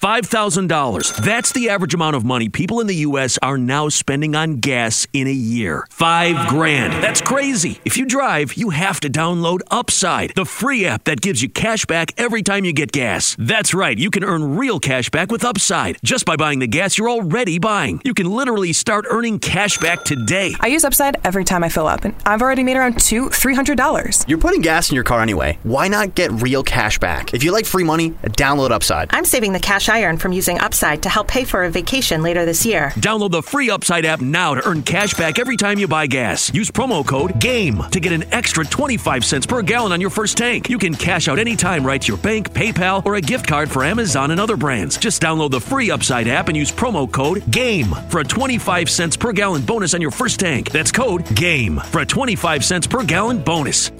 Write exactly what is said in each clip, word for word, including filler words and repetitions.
five thousand dollars. That's the average amount of money people in the U S are now spending on gas in a year. Five grand. That's crazy. If you drive, you have to download Upside, the free app that gives you cash back every time you get gas. That's right. You can earn real cash back with Upside just by buying the gas you're already buying. You can literally start earning cash back today. I use Upside every time I fill up, and I've already made around two, three hundred dollars. You're putting gas in your car anyway. Why not get real cash back? If you like free money, download Upside. I'm saving the cash I earn from using Upside to help pay for a vacation later this year. Download the free Upside app now to earn cash back every time you buy gas. Use promo code GAME to get an extra twenty-five cents per gallon on your first tank. You can cash out anytime right to your bank, PayPal, or a gift card for Amazon and other brands. Just download the free Upside app and use promo code GAME for a twenty-five cents per gallon bonus on your first tank. That's code GAME for a twenty-five cents per gallon bonus.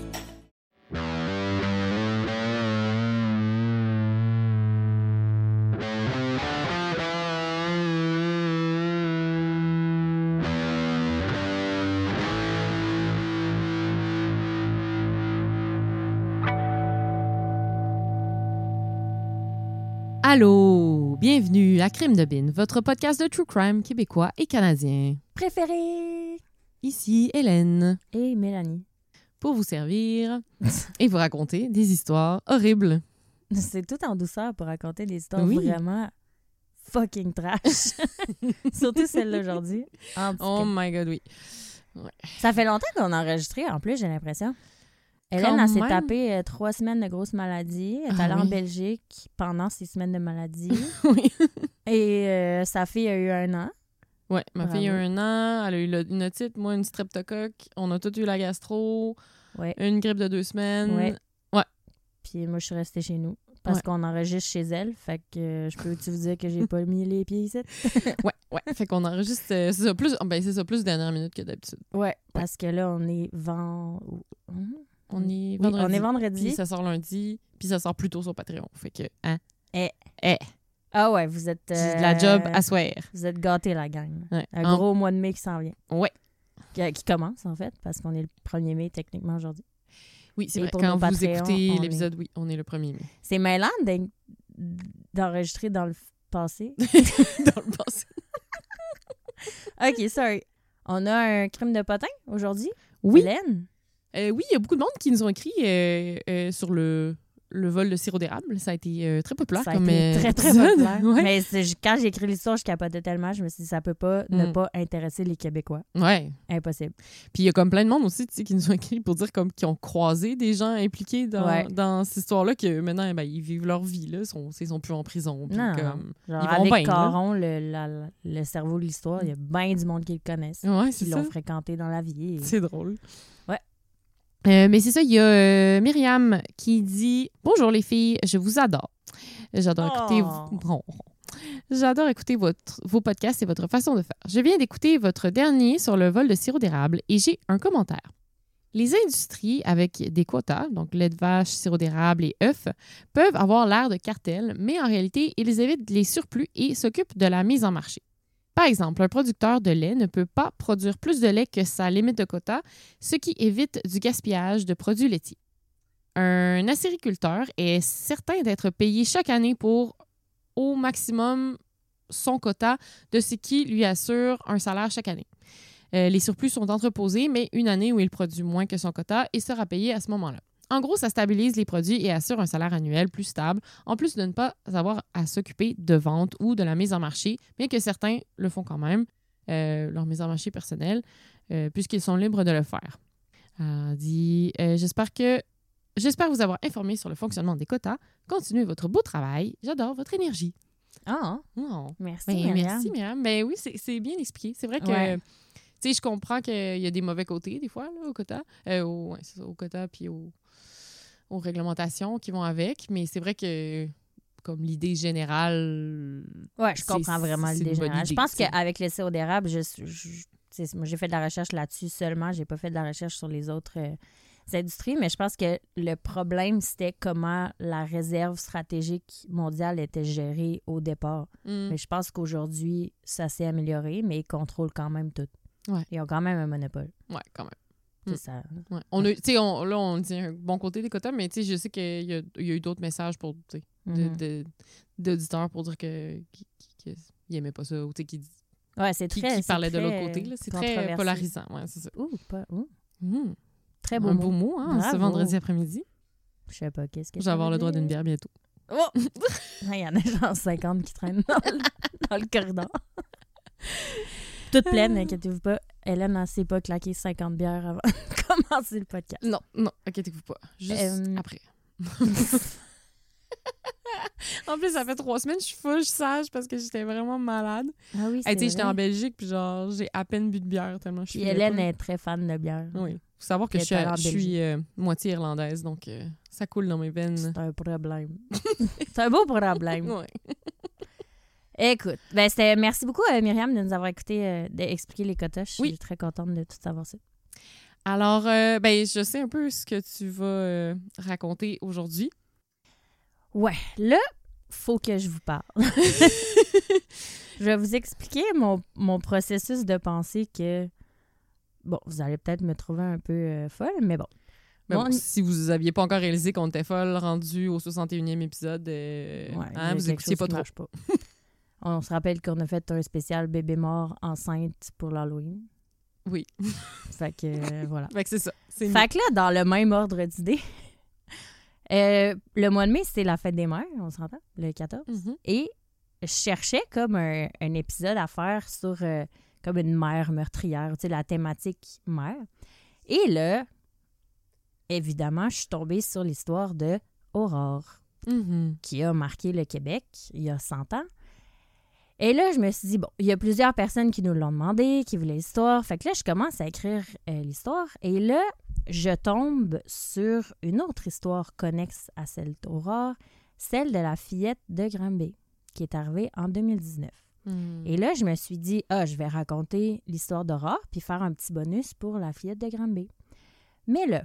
Allô, bienvenue à Crime de Bin, votre podcast de true crime québécois et canadien. Préféré. Ici Hélène. Et Mélanie. Pour vous servir et vous raconter des histoires horribles. C'est tout en douceur pour raconter des histoires oui. vraiment fucking trash. Surtout celle d'aujourd'hui. Oh my God, oui. Ouais. Ça fait longtemps qu'on a enregistré, en plus, j'ai l'impression. Hélène, elle s'est tapée euh, trois semaines de grosses maladies. Elle est ah, allée oui. en Belgique pendant ces semaines de maladie. oui. Et euh, sa fille a eu un an. Oui, ma Bravo. fille a un an. Elle a eu le, une otite, moi une streptocoque. On a tous eu la gastro. Ouais. Une grippe de deux semaines. Ouais. Ouais. Puis moi, je suis restée chez nous. Parce ouais. qu'on enregistre chez elle. Fait que euh, je peux-tu vous dire que j'ai pas mis les pieds ici? ouais, ouais. Fait qu'on enregistre, euh, c'est ça, plus, ben, c'est ça, plus dernière minute que d'habitude. Ouais, parce que là, on est vend... On est oui, vendredi. on est vendredi. Puis ça sort lundi. Puis ça sort plus tôt sur Patreon. Fait que, hein? Eh. Eh. Ah ouais, vous êtes... Euh, C'est de la job à soir. Vous êtes gâtés, la gang. Ouais. Un en... gros mois de mai qui s'en vient. Ouais. Qui, qui commence, en fait, parce qu'on est le premier mai, techniquement, aujourd'hui. Oui, c'est Et vrai. pour Quand nos vous Patreons, écoutez on l'épisode, est... oui, on est le premier mai. C'est mêlant d'enregistrer dans le passé. Dans le passé. OK, sorry. On a un crime de potin aujourd'hui. Oui. Hélène? Euh, oui, il y a beaucoup de monde qui nous ont écrit euh, euh, sur le, le vol de sirop d'érable. Ça a été euh, très populaire. Ça a comme, été euh, très, très épisode. populaire. Ouais. Mais c'est, quand j'ai écrit l'histoire, je capotais tellement. Je me suis dit, ça peut pas mm. ne pas intéresser les Québécois. Ouais. Impossible. Puis il y a comme plein de monde aussi tu sais, qui nous ont écrit pour dire comme qu'ils ont croisé des gens impliqués dans, ouais. dans cette histoire-là, que maintenant, ben, ils vivent leur vie. Là, ils sont, ils sont plus en prison. Puis non, comme, genre, ils vont avec bien, Caron, le, la, la, le cerveau de l'histoire, il y a bien du monde qui le connaissent. Ouais, c'est qui ça. l'ont fréquenté dans la vie. Et... C'est drôle. Ouais. Euh, mais c'est ça, il y a euh, Myriam qui dit « Bonjour les filles, je vous adore. J'adore oh. écouter... Bon, j'adore écouter votre, vos podcasts et votre façon de faire. Je viens d'écouter votre dernier sur le vol de sirop d'érable et j'ai un commentaire. Les industries avec des quotas, donc lait de vache, sirop d'érable et œufs, peuvent avoir l'air de cartel, mais en réalité, ils évitent les surplus et s'occupent de la mise en marché. Par exemple, un producteur de lait ne peut pas produire plus de lait que sa limite de quota, ce qui évite du gaspillage de produits laitiers. Un acériculteur est certain d'être payé chaque année pour au maximum son quota de ce qui lui assure un salaire chaque année. Euh, les surplus sont entreposés, mais une année où il produit moins que son quota, il sera payé à ce moment-là. En gros, ça stabilise les produits et assure un salaire annuel plus stable, en plus de ne pas avoir à s'occuper de vente ou de la mise en marché, bien que certains le font quand même, euh, leur mise en marché personnelle, euh, puisqu'ils sont libres de le faire. Elle dit euh, « J'espère que j'espère vous avoir informé sur le fonctionnement des quotas. Continuez votre beau travail. J'adore votre énergie. Ah, » Oh. Merci, ben, Myriam. Merci, Myriam. Ben oui, c'est, c'est bien expliqué. C'est vrai que... Ouais. Tu sais, je comprends qu'il y a des mauvais côtés, des fois, là, au quota. Euh, au, ouais, c'est ça, au quota, puis au... aux réglementations qui vont avec, mais c'est vrai que comme l'idée générale... Ouais, je comprends vraiment l'idée générale. Idée, je pense qu'avec le sirop d'érable, je, je, moi, j'ai fait de la recherche là-dessus seulement. J'ai pas fait de la recherche sur les autres euh, industries, mais je pense que le problème, c'était comment la réserve stratégique mondiale était gérée au départ. Mm. Mais je pense qu'aujourd'hui, ça s'est amélioré, mais ils contrôlent quand même tout. Ouais. Ils ont quand même un monopole. Ouais, quand même. C'est mm. ça. Ouais. On a, on, là, on dit un bon côté des quotas, mais je sais qu'il y a, il y a eu d'autres messages pour de, Mhm. de, d'auditeurs pour dire que, qu'ils qu'ils n'aimaient pas ça ou qu'ils Ouais, c'est qui, très. qui c'est parlaient de très, l'autre côté. Là. C'est très controversé. polarisant. Ouais, c'est ça. Ouh, pas. Ouh. Mmh. Très beau Un mot. beau mot, hein, ce Bravo. vendredi après-midi. Je sais pas qu'est-ce que Je vais ça avoir veut le droit dire. d'une bière bientôt. Oh! Il y en a genre cinquante qui traînent dans le, dans le corridor. Toute pleine, inquiétez-vous pas. Hélène n'a sait pas claquer cinquante bières avant de commencer le podcast. Non, non, inquiétez-vous pas. Juste Euh, après. En plus, ça fait trois semaines, je suis full sage parce que j'étais vraiment malade. Ah oui, c'est Hey, tu sais, j'étais vrai. en Belgique, puis genre, j'ai à peine bu de bière tellement je suis. Puis Hélène est très fan de bière. Oui. Faut savoir que Puis je suis, elle est allée en je suis Belgique. euh, moitié irlandaise, donc euh, ça coule dans mes veines. C'est un problème. C'est un beau problème. Ouais. Écoute, ben c'était merci beaucoup euh, Myriam de nous avoir écouté euh, d'expliquer les quotas. Je suis Oui. très contente de tout savoir ça. Alors, euh, ben, je sais un peu ce que tu vas euh, raconter aujourd'hui. Ouais, là, faut que je vous parle. Je vais vous expliquer mon, mon processus de pensée que, bon, vous allez peut-être me trouver un peu euh, folle, mais bon. Mais Bon, bon, si vous aviez pas encore réalisé qu'on était folle rendu au soixante et unième épisode, euh, ouais, hein, il y a vous quelque écoutiez chose pas qui trop. marche pas. On se rappelle qu'on a fait un spécial bébé mort enceinte pour l'Halloween. Oui. Fait que, euh, voilà. Fait que c'est ça. C'est nous. Fait que là, dans le même ordre d'idées, euh, le mois de mai, c'était la fête des mères, on s'entend, le quatorze. Mhm. Et je cherchais comme un, un épisode à faire sur euh, comme une mère meurtrière, tu sais, la thématique mère. Et là, évidemment, je suis tombée sur l'histoire de Aurore, Mhm. qui a marqué le Québec il y a cent ans. Et là, je me suis dit, bon, il y a plusieurs personnes qui nous l'ont demandé, qui voulaient l'histoire. Fait que là, je commence à écrire euh, l'histoire. Et là, je tombe sur une autre histoire connexe à celle d'Aurore, celle de la fillette de Granby, qui est arrivée en deux mille dix-neuf. Mhm. Et là, je me suis dit, ah, je vais raconter l'histoire d'Aurore puis faire un petit bonus pour la fillette de Granby. Mais là,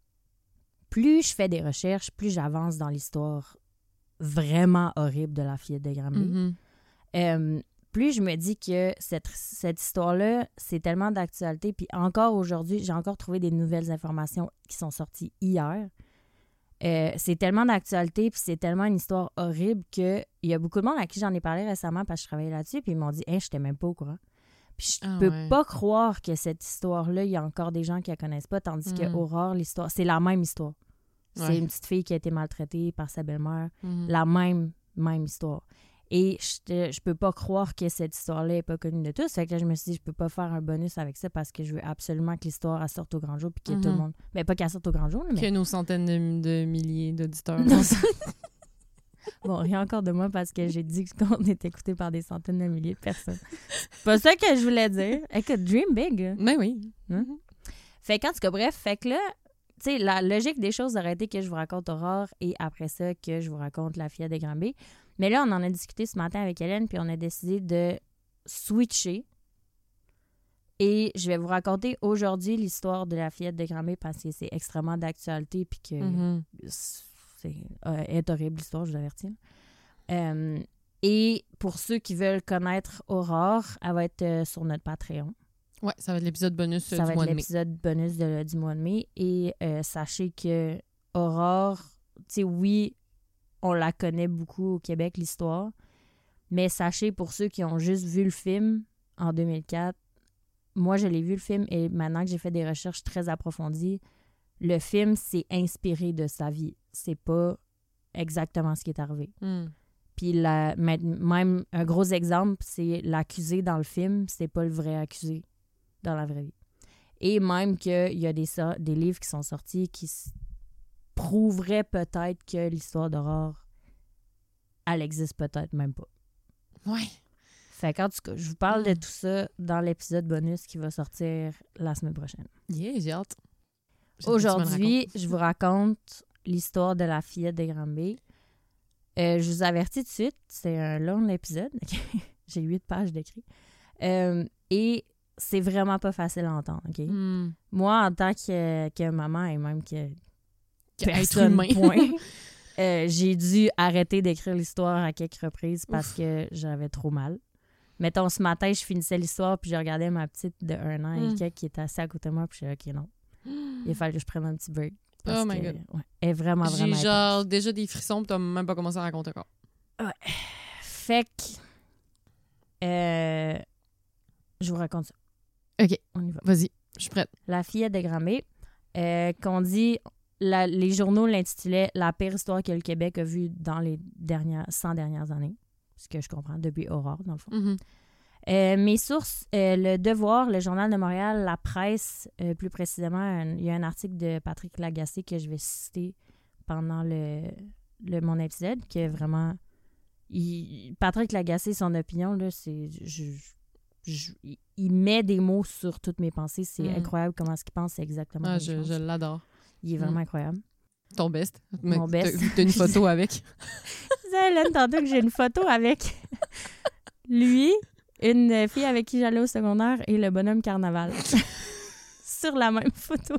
plus je fais des recherches, plus j'avance dans l'histoire vraiment horrible de la fillette de Granby. Mhm. Euh, plus je me dis que cette, cette histoire-là, c'est tellement d'actualité. Puis encore aujourd'hui, j'ai encore trouvé des nouvelles informations qui sont sorties hier. Euh, c'est tellement d'actualité, puis c'est tellement une histoire horrible qu'il y a beaucoup de monde à qui j'en ai parlé récemment parce que je travaillais là-dessus, puis ils m'ont dit « Hey, je n'étais même pas au courant ». Puis je Ah peux ouais. pas croire que cette histoire-là, il y a encore des gens qui la connaissent pas, tandis que Mhm. Aurore, l'histoire, c'est la même histoire. C'est Ouais. une petite fille qui a été maltraitée par sa belle-mère. Mhm. La même, même histoire. Et je, je peux pas croire que cette histoire-là n'est pas connue de tous. Fait que là, je me suis dit, je peux pas faire un bonus avec ça parce que je veux absolument que l'histoire elle sorte au grand jour puis que tout le Mhm. monde... Ben, pas qu'elle sorte au grand jour, mais... Que nos centaines de, de milliers d'auditeurs. Non, ça- Bon, rien encore de moi parce que j'ai dit qu'on est écouté par des centaines de milliers de personnes. C'est pas ça que je voulais dire. Écoute, dream big. Mais oui. Hein? Fait qu'en tout cas, bref, fait que là, tu sais, la logique des choses aurait été que je vous raconte Aurore et après ça, que je vous raconte la fillette de Granby. Mais là, on en a discuté ce matin avec Hélène, puis on a décidé de switcher. Et je vais vous raconter aujourd'hui l'histoire de la fillette de Granby parce que c'est extrêmement d'actualité puis que Mhm. c'est euh, est horrible l'histoire, je vous avertis. Euh, et pour ceux qui veulent connaître Aurore, elle va être euh, sur notre Patreon. Ouais, ça va être l'épisode bonus euh, Ça du va mois être de mai. l'épisode bonus de- du mois de mai. Et euh, sachez que Aurore, tu sais, oui, on la connaît beaucoup au Québec, l'histoire. Mais sachez, pour ceux qui ont juste vu le film en deux mille quatre, moi, je l'ai vu le film et maintenant que j'ai fait des recherches très approfondies, le film s'est inspiré de sa vie. C'est pas exactement ce qui est arrivé. Mhm. Puis la, même un gros exemple, c'est l'accusé dans le film, c'est pas le vrai accusé dans la vraie vie. Et même qu'il y a des, so- des livres qui sont sortis qui s- prouveraient peut-être que l'histoire d'Aurore, elle existe peut-être même pas. Ouais. Fait qu'en tout cas, je vous parle de Mm. tout ça dans l'épisode bonus qui va sortir la semaine prochaine. Yeah, j'ai hâte. J'ai hâte que tu me le Aujourd'hui, je vous raconte l'histoire de la fillette de Granby. Euh, je vous avertis tout de suite, c'est un long épisode. J'ai huit pages d'écrit. Euh, et c'est vraiment pas facile à entendre, OK? racontes. Mhm. Moi, en tant que, que maman et même que Que être personne, humain. point, euh, j'ai dû arrêter d'écrire l'histoire à quelques reprises parce que j'avais trop mal. Mettons, ce matin, je finissais l'histoire puis je regardais ma petite de un an et Mm. quelques qui était assise à côté de moi puis je suis OK, non. Il a fallu que je prenne un petit break. Parce Oh my que, God. ouais, elle est vraiment, J'ai vraiment genre intense. déjà des frissons, puis t'as même pas commencé à raconter encore. Ouais. Fait que... euh, je vous raconte ça. OK, On y va. vas-y, je suis prête. La fillette de Granby, euh, qu'on dit... La, les journaux l'intitulaient « La pire histoire que le Québec a vue dans les dernières cent dernières années ». Ce que je comprends, depuis Aurore, dans le fond. Mm-hmm. Euh, mes sources, euh, Le Devoir, le Journal de Montréal, La Presse, euh, plus précisément, un- il y a un article de Patrick Lagacé que je vais citer pendant le, le mon épisode, qui est vraiment... il- Patrick Lagacé, son opinion, là, c'est... Je, je- il- il met des mots sur toutes mes pensées. C'est Mm. incroyable comment ce qu'il pense, c'est exactement Ah, comme il je, pense. je l'adore. Il est vraiment Mm. incroyable. Ton best. Mon Mais best. T'as, t'as une photo avec. Je disais à Hélène tantôt que j'ai une photo avec lui, une fille avec qui j'allais au secondaire et le bonhomme carnaval. Sur la même photo.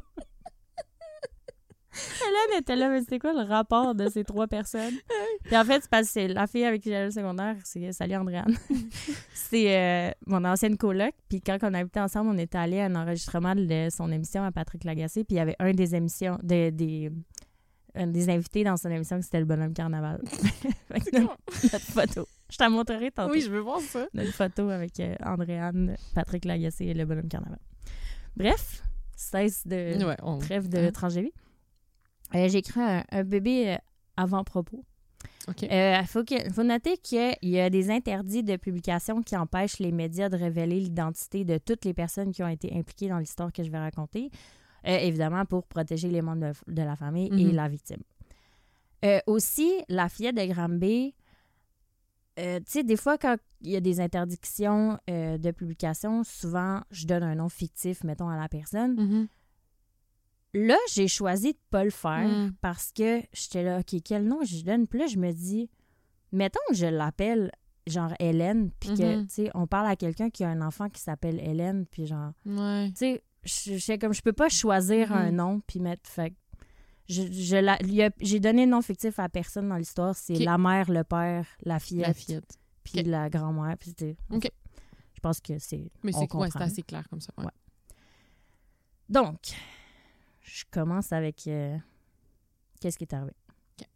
Hélène était là, mais c'était quoi le rapport de ces trois personnes? Puis en fait, c'est parce que c'est la fille avec qui j'allais au secondaire, c'est Salut Andréane. C'est euh, mon ancienne coloc. Puis quand on habitait ensemble, on était allé à un enregistrement de son émission à Patrick Lagacé. Puis il y avait un des émissions, des, des, un des invités dans son émission, c'était le bonhomme carnaval. Fait que notre, notre photo. Je t'en montrerai tantôt. Oui, je veux voir ça. Notre photo avec euh, Andréane, Patrick Lagacé et le bonhomme carnaval. Bref, cesse de Ouais, on... trêve de Hein? tranche-de-vie. Euh, j'ai écrit un, un bébé euh, avant-propos. OK. Il euh, faut, que, faut noter qu'il y a des interdits de publication qui empêchent les médias de révéler l'identité de toutes les personnes qui ont été impliquées dans l'histoire que je vais raconter, euh, évidemment pour protéger les membres de, de la famille et Mhm. la victime. Euh, aussi, la fillette de Granby, euh, tu sais, des fois, quand il y a des interdictions euh, de publication, souvent, je donne un nom fictif, mettons, à la personne. Mhm. Là, j'ai choisi de pas le faire Mm. parce que j'étais là, OK, quel nom je donne? Puis là, je me dis, mettons que je l'appelle genre Hélène, puis que, Mhm. tu sais, on parle à quelqu'un qui a un enfant qui s'appelle Hélène, puis genre, Ouais. tu sais, je je- comme, je peux pas choisir Mhm. un nom puis mettre, fait que je, je la- il y a- j'ai donné un nom fictif à personne dans l'histoire, c'est OK. la mère, le père, la fillette, La fillette. puis OK. la grand-mère, puis c'était... OK. Je pense que c'est... Mais on c'est, ouais, c'est comprend. assez clair comme ça. Ouais. Ouais. Donc, je commence avec euh, qu'est-ce qui est arrivé. OK.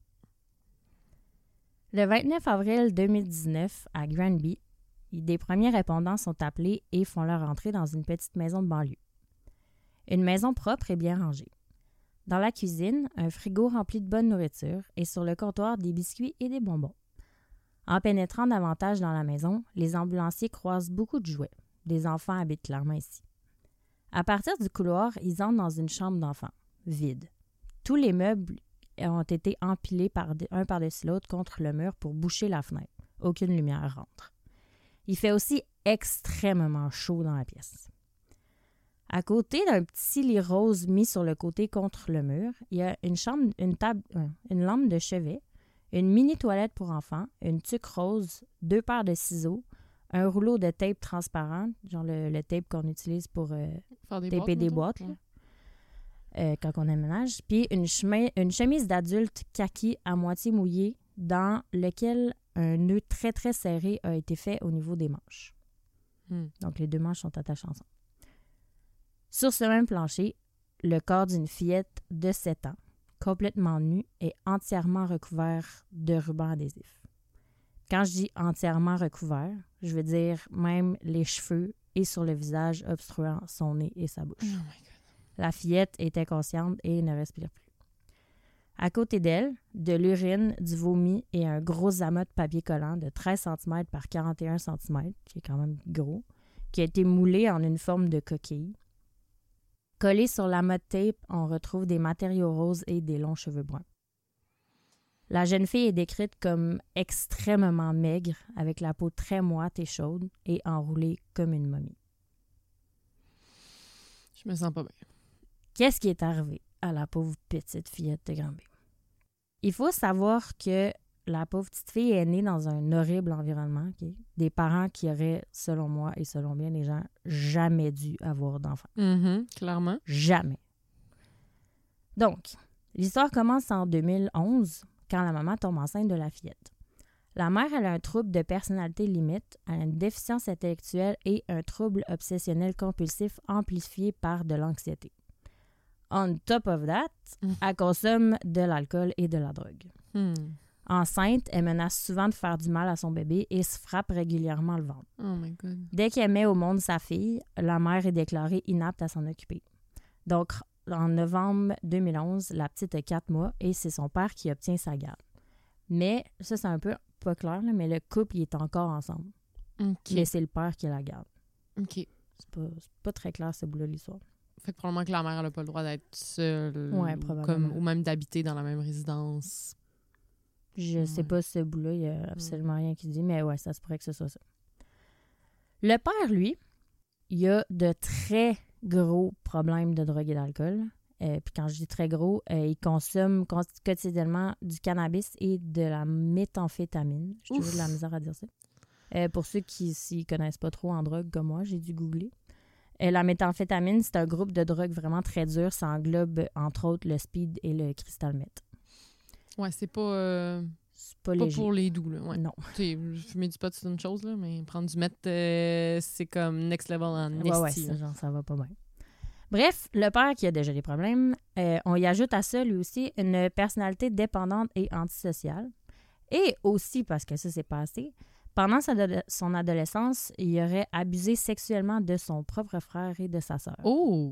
Le vingt-neuf avril deux mille dix-neuf, à Granby, des premiers répondants sont appelés et font leur entrée dans une petite maison de banlieue. Une maison propre et bien rangée. Dans la cuisine, un frigo rempli de bonne nourriture et sur le comptoir des biscuits et des bonbons. En pénétrant davantage dans la maison, les ambulanciers croisent beaucoup de jouets. Des enfants habitent clairement ici. À partir du couloir, ils entrent dans une chambre d'enfants, vide. Tous les meubles ont été empilés par un par-dessus l'autre contre le mur pour boucher la fenêtre. Aucune lumière rentre. Il fait aussi extrêmement chaud dans la pièce. À côté d'un petit lit rose mis sur le côté contre le mur, il y a une chambre, une table, une lampe de chevet, une mini toilette pour enfants, une tuque rose, deux paires de ciseaux, un rouleau de tape transparent, genre le, le tape qu'on utilise pour euh, Faire des taper boîtes, des mettons? boîtes là, Ouais. euh, quand on aménage, puis une, chemin, une chemise d'adulte kaki à moitié mouillée dans lequel un nœud très très serré a été fait au niveau des manches. Hmm. Donc les deux manches sont attachées ensemble. Sur ce même plancher, le corps d'une fillette de sept ans, complètement nue et entièrement recouvert de ruban adhésif. Quand je dis entièrement recouvert, je veux dire même les cheveux et sur le visage obstruant son nez et sa bouche. Oh my God. La fillette était consciente et ne respire plus. À côté d'elle, de l'urine, du vomi et un gros amas de papier collant de treize centimètres par quarante et un centimètres, qui est quand même gros, qui a été moulé en une forme de coquille. Collé sur l'amas de tape, on retrouve des matériaux roses et des longs cheveux bruns. La jeune fille est décrite comme extrêmement maigre, avec la peau très moite et chaude et enroulée comme une momie. Je me sens pas bien. Qu'est-ce qui est arrivé à la pauvre petite fillette de Granby? Il faut savoir que la pauvre petite fille est née dans un horrible environnement. Okay? Des parents qui auraient, selon moi et selon bien les gens, jamais dû avoir d'enfants. Mhm, clairement. Jamais. Donc, l'histoire commence en deux mille onze, quand la maman tombe enceinte de la fillette. La mère, elle a un trouble de personnalité limite, elle a une déficience intellectuelle et un trouble obsessionnel compulsif amplifié par de l'anxiété. On top of that, Mm. elle consomme de l'alcool et de la drogue. Hmm. Enceinte, elle menace souvent de faire du mal à son bébé et se frappe régulièrement le ventre. Oh my God. Dès qu'elle met au monde sa fille, la mère est déclarée inapte à s'en occuper. Donc, en novembre deux mille onze, la petite a quatre mois et c'est son père qui obtient sa garde. Mais, ça c'est un peu pas clair, là, mais le couple il est encore ensemble. OK. Mais c'est le père qui la garde. OK. C'est pas, c'est pas très clair ce bout-là, l'histoire. Fait que probablement que la mère n'a pas le droit d'être seule. Ouais, ou probablement. Comme, ou même d'habiter dans la même résidence. Je sais Ouais. pas ce bout-là, il y a absolument rien qui dit, mais ouais, ça se pourrait que ce soit ça. Le père, lui, il a de très gros problèmes de drogue et d'alcool. Euh, Puis quand je dis très gros, euh, il consomme con- quotidiennement du cannabis et de la méthamphétamine. J'ai toujours Ouf. de la misère à dire ça. Euh, pour ceux qui s'y connaissent pas trop en drogue comme moi, j'ai dû googler. Euh, la méthamphétamine, c'est un groupe de drogue vraiment très dur. Ça englobe, entre autres, le speed et le crystal meth. Ouais, c'est pas, euh, C'est pas, pas léger. pour les doux, là. Ouais. Non. Tu sais, fumer du pot, c'est une chose, là, mais prendre du meth, euh, c'est comme next level en Ouais, ouais, esti, ça, là. genre, ça va pas bien. Bref, le père qui a déjà des problèmes, euh, on y ajoute à ça, lui aussi, une personnalité dépendante et antisociale. Et aussi, parce que ça s'est passé, pendant sa ado- son adolescence, il aurait abusé sexuellement de son propre frère et de sa sœur. Oh!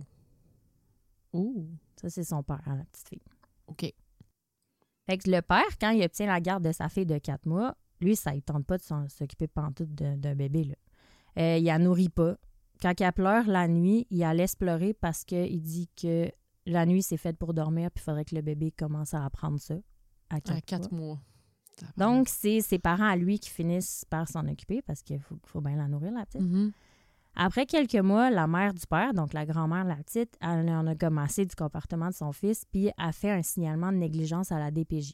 Oh! Ça, c'est son père, hein, la petite fille. OK. Fait que le père, quand il obtient la garde de sa fille de quatre mois, lui, ça ne tente pas de s'en- s'occuper pantoute de- d'un bébé. Là. Euh, il la nourrit pas. Quand elle pleure la nuit, il la laisse pleurer parce qu'il dit que la nuit, c'est faite pour dormir, puis il faudrait que le bébé commence à apprendre ça à quatre À quatre mois. mois. Donc, c'est ses parents à lui qui finissent par s'en occuper parce qu'il faut, faut bien la nourrir, la petite. Mhm. Après quelques mois, la mère du père, donc la grand-mère de la petite, elle en a comme assez du comportement de son fils, puis a fait un signalement de négligence à la D P J.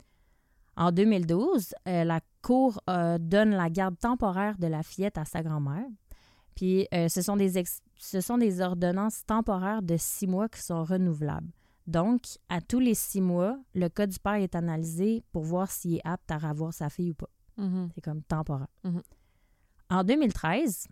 En deux mille douze, euh, la Cour euh, donne la garde temporaire de la fillette à sa grand-mère. Puis euh, ce sont des ex- ce sont des ordonnances temporaires de six mois qui sont renouvelables. Donc, à tous les six mois, le cas du père est analysé pour voir s'il est apte à revoir sa fille ou pas. Mhm. C'est comme temporaire. Mhm. En deux mille treize,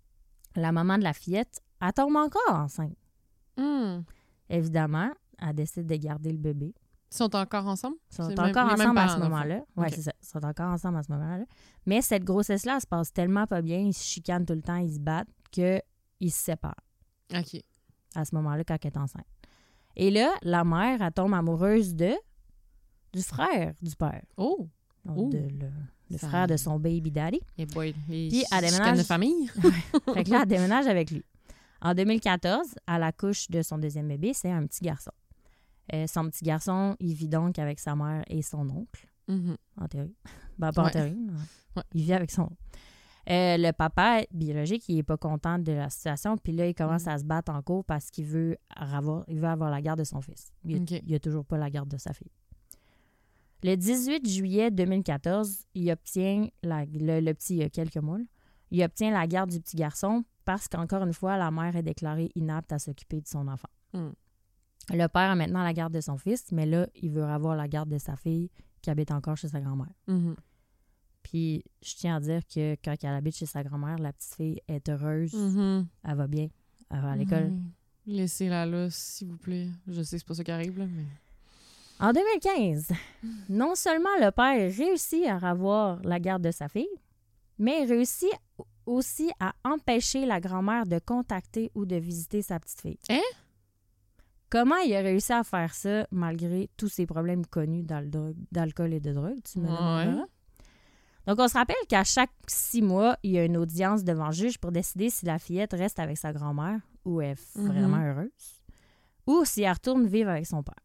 la maman de la fillette, elle tombe encore enceinte. Hmm. Évidemment, elle décide de garder le bébé. Ils sont encore ensemble? Ils sont C'est encore le même- les mêmes ensemble à parents, ce dans le fond. moment-là. Oui, Ok. c'est ça. Ils sont encore ensemble à ce moment-là. Mais cette grossesse-là, elle se passe tellement pas bien, ils se chicanent tout le temps, ils se battent, qu'ils se séparent OK. à ce moment-là quand elle est enceinte. Et là, la mère, elle tombe amoureuse de du frère du père. Oh! Donc, Oh. de le, le Ça- frère de son baby daddy. Et boy, et Puis, elle chicane déménage- de famille? Fait que là, elle déménage avec lui. En deux mille quatorze, à l'accouche de son deuxième bébé, c'est un petit garçon. Euh, son petit garçon, il vit donc avec sa mère et son oncle, Mhm. en théorie. Ben, pas en Ouais. théorie. mais Ouais. Il vit avec son oncle. Euh, le papa biologique, il n'est pas content de la situation, puis là, il commence Mhm. à se battre en cours parce qu'il veut avoir, il veut avoir la garde de son fils. Il OK. n'a toujours pas la garde de sa fille. Le dix-huit juillet deux mille quatorze, il obtient, la, le, le petit, il y a quelques mois, là, il obtient la garde du petit garçon parce qu'encore une fois, la mère est déclarée inapte à s'occuper de son enfant. Mm. Le père a maintenant la garde de son fils, mais là, il veut avoir la garde de sa fille qui habite encore chez sa grand-mère. Mhm. Puis, je tiens à dire que quand elle habite chez sa grand-mère, la petite fille est heureuse, Mhm. elle va bien, elle va à l'école. Ouais. Laissez-la là, s'il vous plaît. Je sais que c'est pas ça qui arrive, là, mais... En deux mille quinze, non seulement le père réussit à avoir la garde de sa fille, mais il réussit aussi à empêcher la grand-mère de contacter ou de visiter sa petite fille. Hein? Comment il a réussi à faire ça malgré tous ses problèmes connus d'al- d'alcool et de drogue? Tu me Ouais. demanderas? Donc, on se rappelle qu'à chaque six mois, il y a une audience devant le juge pour décider si la fillette reste avec sa grand-mère ou est Mhm. vraiment heureuse ou si elle retourne vivre avec son père.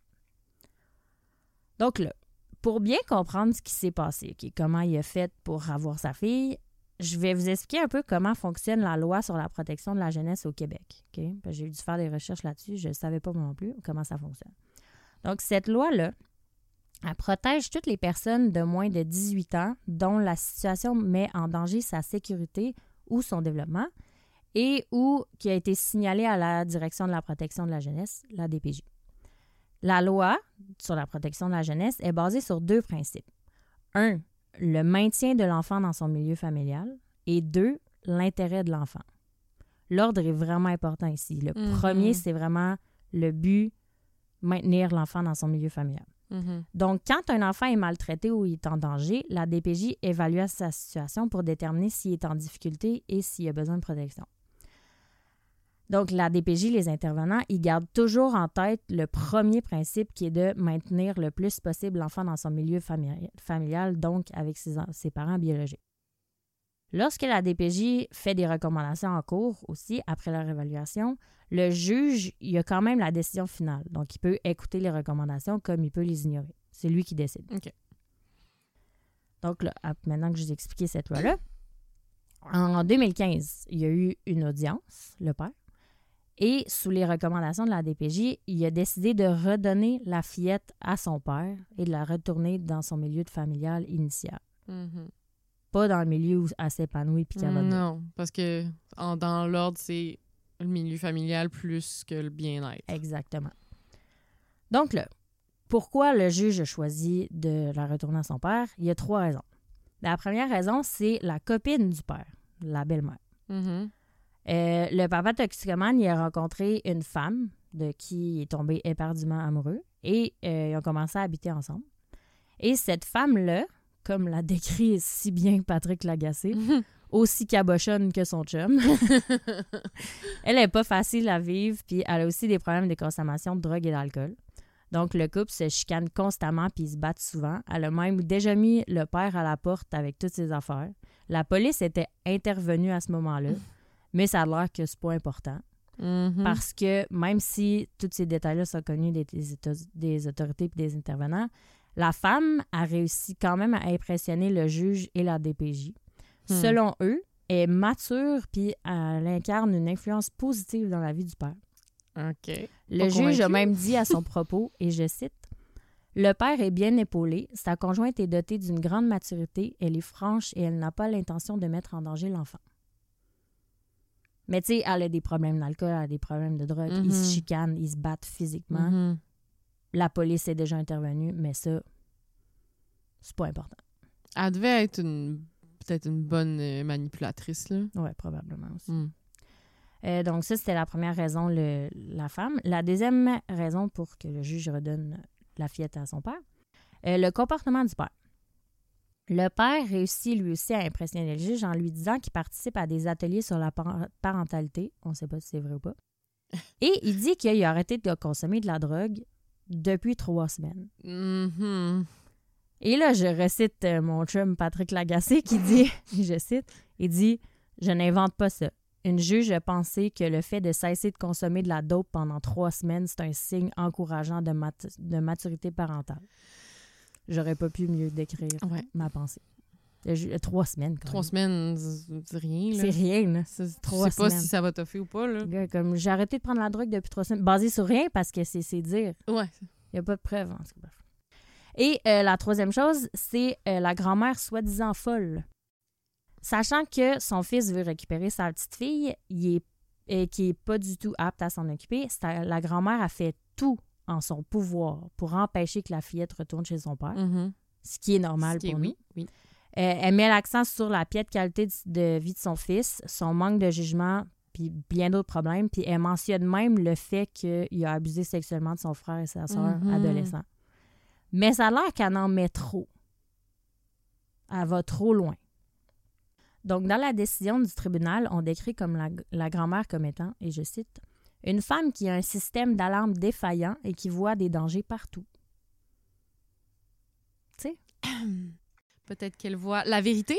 Donc là, pour bien comprendre ce qui s'est passé, ok, comment il a fait pour avoir sa fille, je vais vous expliquer un peu comment fonctionne la loi sur la protection de la jeunesse au Québec. ok? Parce que j'ai dû faire des recherches là-dessus, je ne savais pas moi non plus comment ça fonctionne. Donc, cette loi-là, elle protège toutes les personnes de moins de dix-huit ans dont la situation met en danger sa sécurité ou son développement et ou qui a été signalée à la Direction de la protection de la jeunesse, la D P J. La loi sur la protection de la jeunesse est basée sur deux principes. Un, le maintien de l'enfant dans son milieu familial. Et deux, l'intérêt de l'enfant. L'ordre est vraiment important ici. Le Mhm. premier, c'est vraiment le but maintenir l'enfant dans son milieu familial. Mm-hmm. Donc, quand un enfant est maltraité ou il est en danger, la D P J évalue sa situation pour déterminer s'il est en difficulté et s'il a besoin de protection. Donc, la D P J, les intervenants, ils gardent toujours en tête le premier principe qui est de maintenir le plus possible l'enfant dans son milieu famili- familial, donc avec ses, ses parents biologiques. Lorsque la D P J fait des recommandations en cours aussi, après leur évaluation, le juge, il a quand même la décision finale. Donc, il peut écouter les recommandations comme il peut les ignorer. C'est lui qui décide. OK. Donc, là, maintenant que je vous ai expliqué cette loi-là, en deux mille quinze, il y a eu une audience, le père, et sous les recommandations de la D P J, il a décidé de redonner la fillette à son père et de la retourner dans son milieu de familial initial. Mm-hmm. Pas dans le milieu où elle s'épanouit puis qu'elle va bien. Non, parce que en, dans l'ordre, c'est le milieu familial plus que le bien-être. Exactement. Donc là, pourquoi le juge a choisi de la retourner à son père? Il y a trois raisons. La première raison, c'est la copine du père, la belle-mère. Mm-hmm. Euh, le papa toxicomane, il a rencontré une femme de qui il est tombé éperdument amoureux et euh, ils ont commencé à habiter ensemble. Et cette femme-là, comme l'a décrit si bien Patrick Lagacé, mm-hmm. aussi cabochonne que son chum, elle n'est pas facile à vivre puis elle a aussi des problèmes de consommation de drogue et d'alcool. Donc, le couple se chicane constamment puis ils se battent souvent. Elle a même déjà mis le père à la porte avec toutes ses affaires. La police était intervenue à ce moment-là. Mais ça a l'air que c'est pas important. Mm-hmm. Parce que même si tous ces détails-là sont connus des, des, des autorités et des intervenants, la femme a réussi quand même à impressionner le juge et la D P J. Mm. Selon eux, elle est mature puis elle incarne une influence positive dans la vie du père. OK. Le pas juge convaincu. a même dit à son propos, et je cite, « Le père est bien épaulé, sa conjointe est dotée d'une grande maturité, elle est franche et elle n'a pas l'intention de mettre en danger l'enfant. » Mais tu sais, elle a des problèmes d'alcool, elle a des problèmes de drogue. Mm-hmm. Ils se chicanent, ils se battent physiquement. Mm-hmm. La police est déjà intervenue, mais ça, c'est pas important. Elle devait être une, peut-être une bonne euh, manipulatrice, là. Oui, probablement aussi. Mm. Euh, donc ça, c'était la première raison, le, la femme. La deuxième raison pour que le juge redonne la fillette à son père, euh, le comportement du père. Le père réussit lui aussi à impressionner le juge en lui disant qu'il participe à des ateliers sur la par- parentalité. On ne sait pas si c'est vrai ou pas. Et il dit qu'il a arrêté de consommer de la drogue depuis trois semaines. Mm-hmm. Et là, je recite euh, mon chum Patrick Lagacé qui dit, je cite, il dit « Je n'invente pas ça. Une juge a pensé que le fait de cesser de consommer de la dope pendant trois semaines, c'est un signe encourageant de, mat- de maturité parentale. » J'aurais pas pu mieux décrire ouais. ma pensée. Ju- trois semaines. Quand trois même. semaines, c'est rien. Là. C'est rien. Là. C'est, trois tu sais pas semaines. si ça va t'offrir ou pas. Là. Gars, comme, j'ai arrêté de prendre la drogue depuis trois semaines, basé sur rien parce que c'est, c'est dire. Ouais. Il n'y a pas de preuve. En tout cas. Et euh, la troisième chose, c'est euh, la grand-mère soi-disant folle. Sachant que son fils veut récupérer sa petite fille, il est, et qui n'est pas du tout apte à s'en occuper, c'est, la grand-mère a fait tout en son pouvoir pour empêcher que la fillette retourne chez son père, mm-hmm. ce qui est normal qui pour est, nous. Oui, oui. Euh, elle met l'accent sur la piètre qualité de, de vie de son fils, son manque de jugement, puis bien d'autres problèmes. Puis elle mentionne même le fait qu'il a abusé sexuellement de son frère et sa sœur mm-hmm. adolescents. Mais ça a l'air qu'elle en met trop. Elle va trop loin. Donc, dans la décision du tribunal, on décrit comme la, la grand-mère comme étant, et je cite, « une femme qui a un système d'alarme défaillant et qui voit des dangers partout. » Tu sais? Peut-être qu'elle voit la vérité.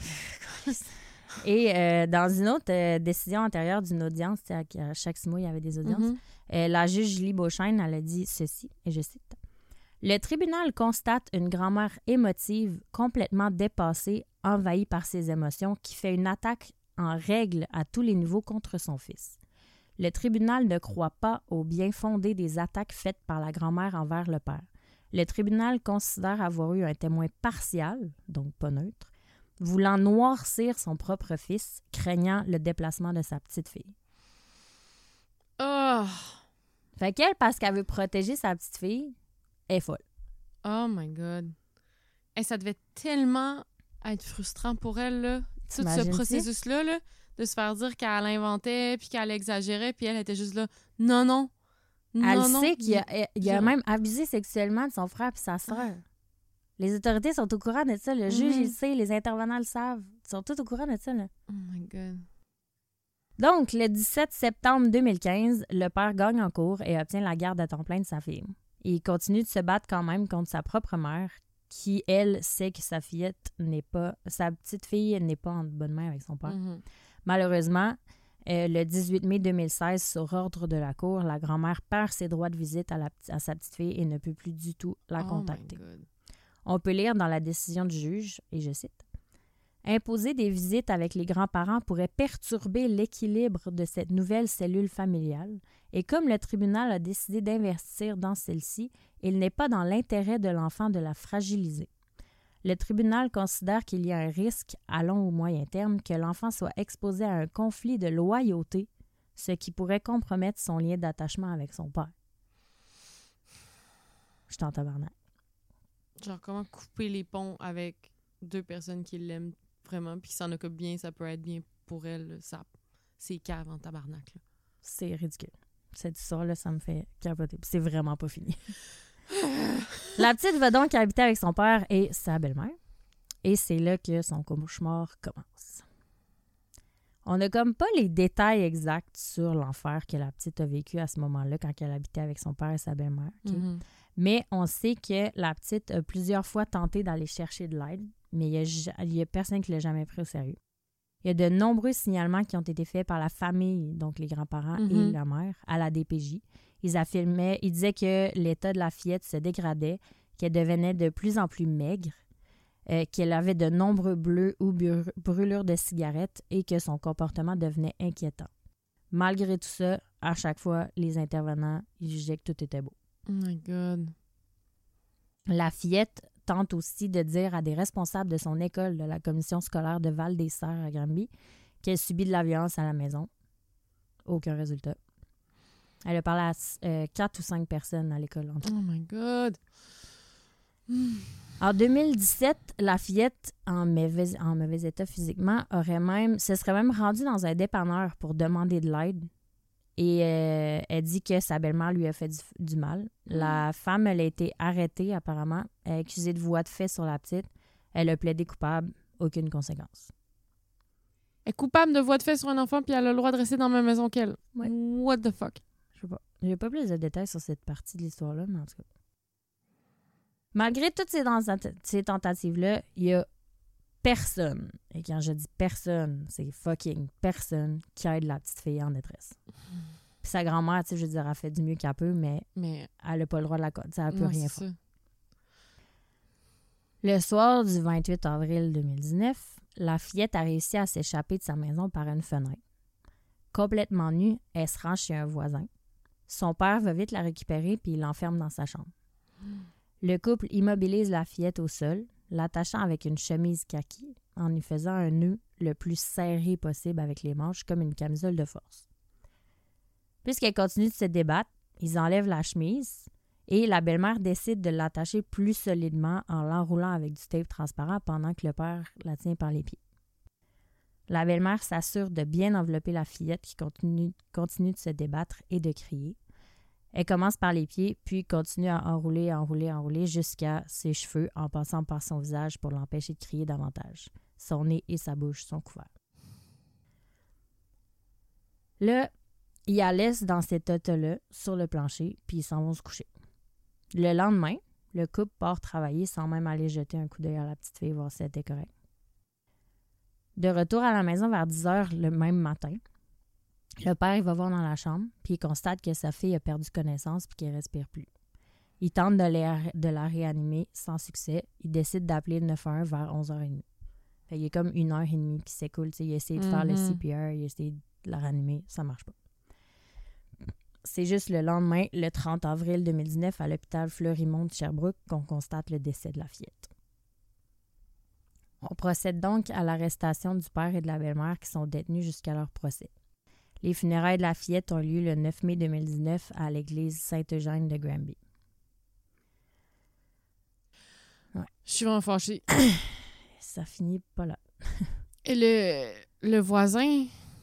Et euh, dans une autre euh, décision antérieure d'une audience, à, à chaque six mois, il y avait des audiences, Mm-hmm. euh, la juge Julie Beauchesne, elle a dit ceci, et je cite, « Le tribunal constate une grand-mère émotive, complètement dépassée, envahie par ses émotions, qui fait une attaque en règle à tous les niveaux contre son fils. Le tribunal ne croit pas au bien fondé des attaques faites par la grand-mère envers le père. Le tribunal considère avoir eu un témoin partial, donc pas neutre, voulant noircir son propre fils, craignant le déplacement de sa petite fille. » Oh! Fait qu'elle, parce qu'elle veut protéger sa petite fille, elle est folle. Oh my God. Hey, ça devait tellement être frustrant pour elle, là. Tout ce processus-là, là, de se faire dire qu'elle inventait, puis qu'elle exagérait, puis elle était juste là. Non, non. Elle Non, non, sait qu'il a, il a je- même abusé sexuellement de son frère et sa sœur. Les autorités sont au courant de ça. Le juge, Mhm. il sait. Les intervenants le savent. Ils sont tous au courant de ça, là. Oh my God. Donc, le dix-sept septembre deux mille quinze, le père gagne en cours et obtient la garde à temps plein de sa fille. Il continue de se battre quand même contre sa propre mère, qui, elle, sait que sa fillette n'est pas... Sa petite fille n'est pas en bonne main avec son père. Mhm. Malheureusement, euh, le dix-huit mai deux mille seize, sur ordre de la cour, la grand-mère perd ses droits de visite à, la, à sa petite fille et ne peut plus du tout la Oh contacter. my God. On peut lire dans la décision du juge, et je cite, « Imposer des visites avec les grands-parents pourrait perturber l'équilibre de cette nouvelle cellule familiale, et comme le tribunal a décidé d'investir dans celle-ci, il n'est pas dans l'intérêt de l'enfant de la fragiliser. Le tribunal considère qu'il y a un risque, à long ou moyen terme, que l'enfant soit exposé à un conflit de loyauté, ce qui pourrait compromettre son lien d'attachement avec son père. » Je t'en tabarnak. Genre, comment couper les ponts avec deux personnes qui l'aiment vraiment, puis qui s'en occupent bien, ça peut être bien pour elle. là. Ça, c'est cave en tabarnak. Là. C'est ridicule. Cette histoire-là, ça me fait capoter. Puis c'est vraiment pas fini. La petite va donc habiter avec son père et sa belle-mère. Et c'est là que son cauchemar commence. On n'a comme pas les détails exacts sur l'enfer que la petite a vécu à ce moment-là quand elle habitait avec son père et sa belle-mère. ok? Mhm. Mais on sait que la petite a plusieurs fois tenté d'aller chercher de l'aide, mais il n'y a, a personne qui l'a jamais pris au sérieux. Il y a de nombreux signalements qui ont été faits par la famille, donc les grands-parents Mhm. et la mère, à la D P J. Ils affirmaient, ils disaient que l'état de la fillette se dégradait, qu'elle devenait de plus en plus maigre, euh, qu'elle avait de nombreux bleus ou bur- brûlures de cigarettes et que son comportement devenait inquiétant. Malgré tout ça, à chaque fois, les intervenants ils jugeaient que tout était beau. Oh my God. La fillette tente aussi de dire à des responsables de son école, de la commission scolaire de Val-des-Serres à Granby, qu'elle subit de la violence à la maison. Aucun résultat. Elle a parlé à euh, quatre ou cinq personnes à l'école. en tout. Oh my God. En deux mille dix-sept, la fillette, en mauvais, en mauvais état physiquement, aurait même, se serait même rendue dans un dépanneur pour demander de l'aide. Et euh, elle dit que sa belle-mère lui a fait du, du mal. La femme, elle a été arrêtée apparemment, elle est accusée de voie de fait sur la petite. Elle a plaidé coupable, aucune conséquence. Elle est coupable de voie de fait sur un enfant, puis elle a le droit de rester dans la même maison qu'elle. Ouais. What the fuck? Je sais pas. J'ai pas plus de détails sur cette partie de l'histoire-là, mais en tout cas. Malgré toutes ces, tenta- ces tentatives-là, il y a personne, et quand je dis personne, c'est fucking personne qui aide la petite fille en détresse. Puis sa grand-mère, tu sais, je veux dire, elle fait du mieux qu'elle peut, mais Mais. elle n'a pas le droit de la cote. Elle peut non, rien c'est faire. ça. Le soir du vingt-huit avril deux mille dix-neuf, la fillette a réussi à s'échapper de sa maison par une fenêtre. Complètement nue, elle se rend chez un voisin. Son père va vite la récupérer puis il l'enferme dans sa chambre. Le couple immobilise la fillette au sol, l'attachant avec une chemise kaki en lui faisant un nœud le plus serré possible avec les manches comme une camisole de force. Puisqu'elle continue de se débattre, ils enlèvent la chemise et la belle-mère décide de l'attacher plus solidement en l'enroulant avec du tape transparent pendant que le père la tient par les pieds. La belle-mère s'assure de bien envelopper la fillette qui continue, continue de se débattre et de crier. Elle commence par les pieds, puis continue à enrouler, enrouler, enrouler jusqu'à ses cheveux en passant par son visage pour l'empêcher de crier davantage. Son nez et sa bouche sont couverts. Là, ils la laissent dans cet état-là, sur le plancher, puis ils s'en vont se coucher. Le lendemain, le couple part travailler sans même aller jeter un coup d'œil à la petite fille, voir si elle était correcte. De retour à la maison vers dix heures le même matin, le père il va voir dans la chambre, puis il constate que sa fille a perdu connaissance puis qu'elle ne respire plus. Il tente de la, de la réanimer sans succès. Il décide d'appeler le neuf un un vers onze heures trente. Fait, il y a comme une heure et demie qui s'écoule. Il a essayé de faire le C P R, il a essayé de la réanimer, ça marche pas. C'est juste le lendemain, le trente avril deux mille dix-neuf, à l'hôpital Fleury-Mont de Sherbrooke, qu'on constate le décès de la fillette. On procède donc à l'arrestation du père et de la belle-mère qui sont détenus jusqu'à leur procès. Les funérailles de la fillette ont lieu le neuf mai deux mille dix-neuf à l'église Sainte-Eugène de Granby. Ouais. Je suis vraiment fâchée. Ça finit pas là. Et le, le voisin,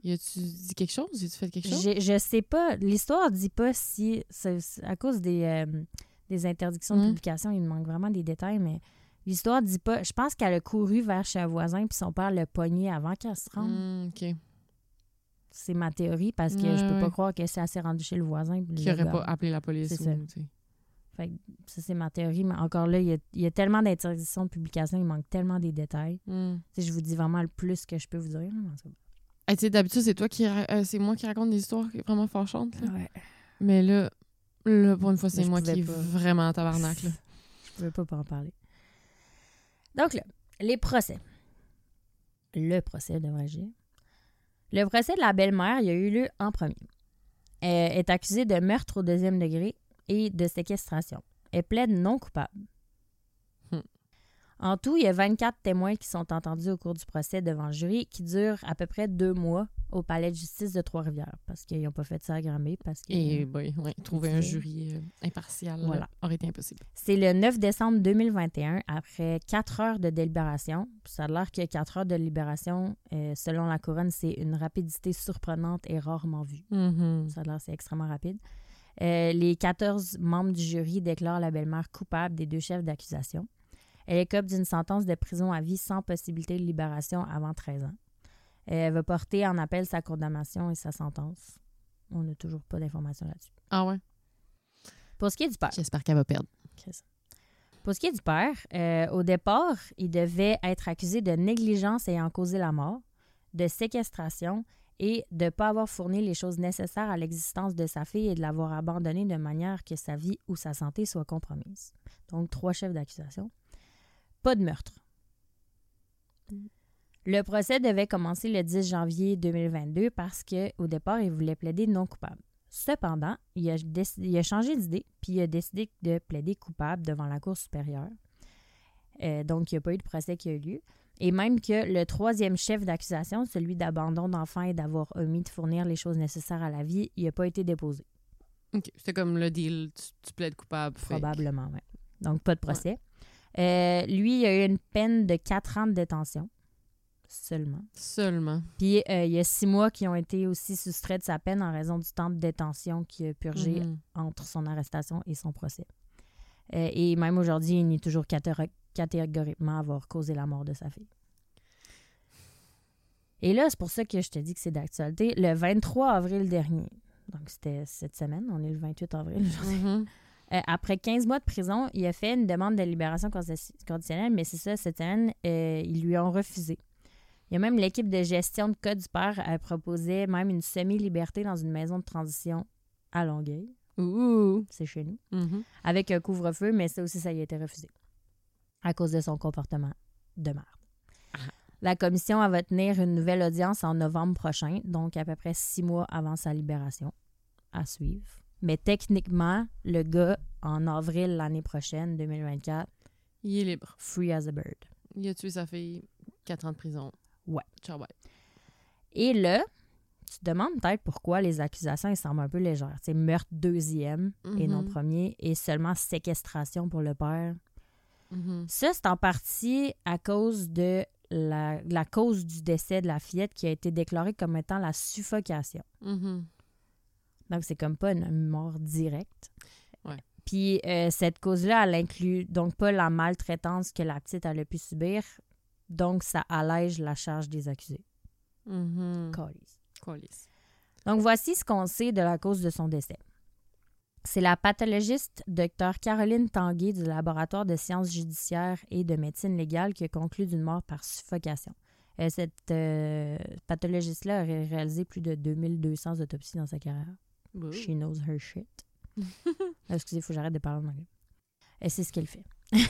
Y a-tu dit quelque chose? Y a-tu fait quelque chose? Je, je sais pas. L'histoire dit pas si... C'est, c'est à cause des, euh, des interdictions de Mm. publication, il me manque vraiment des détails, mais l'histoire dit pas... Je pense qu'elle a couru vers chez un voisin puis son père l'a pogné avant qu'elle se rende. Mm, OK. C'est ma théorie parce que Ouais, je peux ouais. pas croire que c'est assez rendu chez le voisin. puis Qui le aurait gars- pas appelé la police. C'est ou, ça. tu sais. Fait que ça, c'est ma théorie. Mais encore là, il y a, il y a tellement d'interdictions de publication, il manque tellement des détails. Mm. Tu sais, je vous dis vraiment le plus que je peux vous dire. là, en tout cas. Hey, tu sais, d'habitude, c'est toi qui... ra- euh, c'est moi qui raconte des histoires vraiment fâchantes. Là. Ouais. Mais là, là, pour une fois, c'est Mais je moi pouvais qui est pas. vraiment en tabarnak. Là. Je pouvais pas pas en parler. Donc là, les procès. Le procès, devrais-je dire. Le procès de la belle-mère, il a eu lieu en premier. Elle est accusée de meurtre au deuxième degré et de séquestration. Elle plaide non coupable. Hmm. En tout, il y a vingt-quatre témoins qui sont entendus au cours du procès devant le jury qui dure à peu près deux mois au palais de justice de Trois-Rivières parce qu'ils n'ont pas fait ça à Granby parce que... Et ben, ouais, trouver un C'est- jury euh, impartial là, Voilà. aurait été impossible. C'est le neuf décembre deux mille vingt et un, après quatre heures de délibération. Ça a l'air que quatre heures de délibération, euh, selon la couronne, c'est une rapidité surprenante et rarement vue. Mhm. Ça a l'air c'est extrêmement rapide. Euh, les quatorze membres du jury déclarent la belle-mère coupable des deux chefs d'accusation. Elle écope d'une sentence de prison à vie sans possibilité de libération avant treize ans. Elle va porter en appel sa condamnation et sa sentence. On n'a toujours pas d'informations là-dessus. Ah ouais? Pour ce qui est du père... J'espère qu'elle va perdre. Chris. Pour ce qui est du père, euh, au départ, il devait être accusé de négligence ayant causé la mort, de séquestration et de ne pas avoir fourni les choses nécessaires à l'existence de sa fille et de l'avoir abandonnée de manière que sa vie ou sa santé soient compromises. Donc, trois chefs d'accusation. Pas de meurtre. Le procès devait commencer le dix janvier deux mille vingt-deux parce qu'au départ, il voulait plaider non coupable. Cependant, il a, déc- il a changé d'idée puis il a décidé de plaider coupable devant la Cour supérieure. Euh, donc, il n'y a pas eu de procès qui a eu lieu. Et même que le troisième chef d'accusation, celui d'abandon d'enfant et d'avoir omis de fournir les choses nécessaires à la vie, il n'a pas été déposé. OK. C'était comme le deal. Tu, tu plaides coupable. fait que- Probablement, oui. Donc, pas de procès. Euh, lui, il a eu une peine de quatre ans de détention seulement. Seulement. Puis, euh, il y a six mois qui ont été aussi soustraits de sa peine en raison du temps de détention qu'il a purgé Mhm. entre son arrestation et son procès. Euh, et même aujourd'hui, il nie toujours catéro- catégoriquement avoir causé la mort de sa fille. Et là, c'est pour ça que je te dis que c'est d'actualité. Le vingt-trois avril dernier, donc c'était cette semaine, on est le vingt-huit avril aujourd'hui. Mhm. Euh, après quinze mois de prison, il a fait une demande de libération condi- conditionnelle, mais c'est ça, cette semaine, euh, ils lui ont refusé. Il y a même l'équipe de gestion de cas du père a proposé même une semi-liberté dans une maison de transition à Longueuil. Ouh. C'est chez nous. Mhm. Avec un couvre-feu, mais ça aussi, ça y a été refusé à cause de son comportement de merde. La commission elle va tenir une nouvelle audience en novembre prochain, donc à peu près six mois avant sa libération, à suivre. Mais techniquement, le gars, en avril l'année prochaine, deux mille vingt-quatre, Il est libre. free as a bird. Il a tué sa fille. Quatre ans de prison. Ouais. Ciao, bye. Et là, tu te demandes peut-être pourquoi les accusations elles semblent un peu légères. C'est meurtre deuxième et non Mhm. premier, et seulement séquestration pour le père. Mhm. Ça, c'est en partie à cause de la, la cause du décès de la fillette qui a été déclarée comme étant la suffocation. Mhm. Donc, c'est comme pas une mort directe. Ouais. Puis, euh, cette cause-là, elle inclut donc pas la maltraitance que la petite elle a pu subir. Donc, ça allège la charge des accusés. Mhm. Calisse. Calisse. Donc, voici ce qu'on sait de la cause de son décès. C'est la pathologiste Dr Caroline Tanguay du laboratoire de sciences judiciaires et de médecine légale qui a conclu d'une mort par suffocation. Euh, cette euh, pathologiste-là a ré- réalisé plus de deux mille deux cents autopsies dans sa carrière. Ouh. She knows her shit. Ah, excusez, il faut que j'arrête de parler en anglais. Et c'est ce qu'elle fait.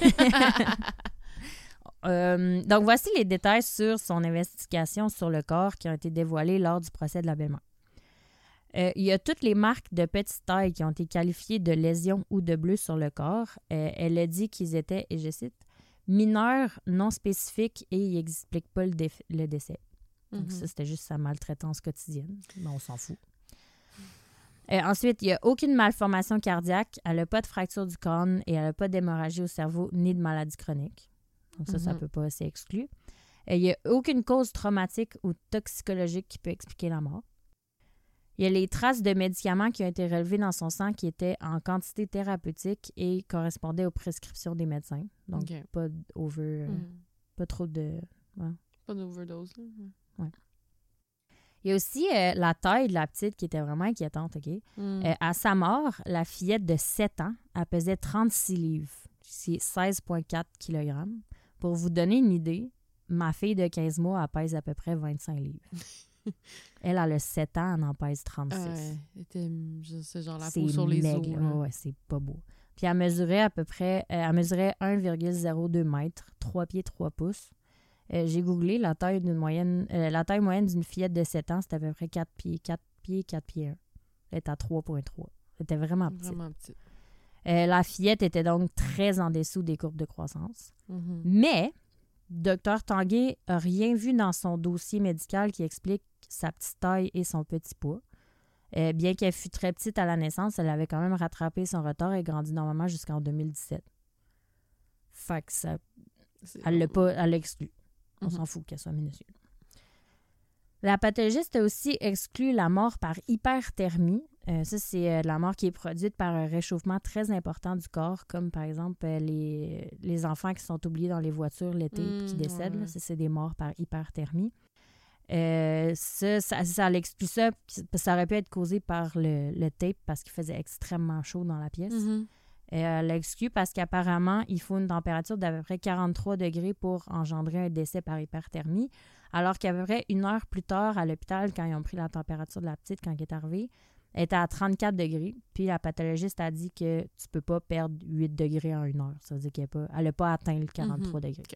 Euh, donc, voici les détails sur son investigation sur le corps qui ont été dévoilés lors du procès de la belle-mère. Euh, il y a toutes les marques de petite taille qui ont été qualifiées de lésions ou de bleus sur le corps. Euh, elle a dit qu'ils étaient, et je cite, mineurs, non spécifiques et ils n'expliquent pas le, déf- le décès. Donc, Mhm. ça, c'était juste sa maltraitance quotidienne. Mais on s'en fout. Euh, ensuite, il n'y a aucune malformation cardiaque. Elle n'a pas de fracture du crâne et elle n'a pas d'hémorragie au cerveau ni de maladie chronique. Donc ça, ça ne Mhm. peut pas, c'est exclu. Il n'y a aucune cause traumatique ou toxicologique qui peut expliquer la mort. Il y a les traces de médicaments qui ont été relevées dans son sang qui étaient en quantité thérapeutique et correspondaient aux prescriptions des médecins. Donc, OK. pas over, euh, Mm. pas trop de... ouais. Pas d'overdose, là. Ouais. Il y a aussi euh, la taille de la petite qui était vraiment inquiétante, OK? Mm. Euh, à sa mort, la fillette de sept ans, elle pesait trente-six livres. C'est seize virgule quatre kilogrammes. Pour vous donner une idée, ma fille de quinze mois, elle pèse à peu près vingt-cinq livres. Elle, elle a sept ans, elle en pèse trente-six. Ouais, était, je sais, genre la C'est peau sur les maigre, os. là. là. Ouais, c'est pas beau. Puis elle mesurait à peu près, euh, elle mesurait un virgule zéro deux mètres, trois pieds, trois pouces. Euh, j'ai googlé la taille d'une moyenne, euh, la taille moyenne d'une fillette de sept ans, c'était à peu près quatre pieds, quatre pieds, quatre pieds un. Elle était à trois virgule trois. Elle était vraiment petite. Vraiment petite. Euh, la fillette était donc très en dessous des courbes de croissance. Mhm. Mais, docteur Tanguay n'a rien vu dans son dossier médical qui explique sa petite taille et son petit poids. Euh, bien qu'elle fût très petite à la naissance, elle avait quand même rattrapé son retard et grandi normalement jusqu'en deux mille dix-sept. Fait que ça, C'est- elle l'a pas, elle l'a exclu. On Mhm. s'en fout qu'elle soit minuscule. La pathologiste a aussi exclu la mort par hyperthermie. Euh, ça, c'est euh, la mort qui est produite par un réchauffement très important du corps, comme par exemple euh, les, les enfants qui sont oubliés dans les voitures l'été et qui Mm, décèdent. ouais. Là. Ça, c'est des morts par hyperthermie. Euh, ça, ça, ça l'exclut ça. Ça aurait pu être causé par le, le tape parce qu'il faisait extrêmement chaud dans la pièce. Mhm. Et elle l'exclut parce qu'apparemment, il faut une température d'à peu près quarante-trois degrés pour engendrer un décès par hyperthermie, alors qu'à peu près une heure plus tard, à l'hôpital, quand ils ont pris la température de la petite, quand elle est arrivée, elle était à trente-quatre degrés. Puis la pathologiste a dit que tu peux pas perdre huit degrés en une heure. Ça veut dire qu'elle n'a pas, pas atteint le quarante-trois Mhm. degrés. OK.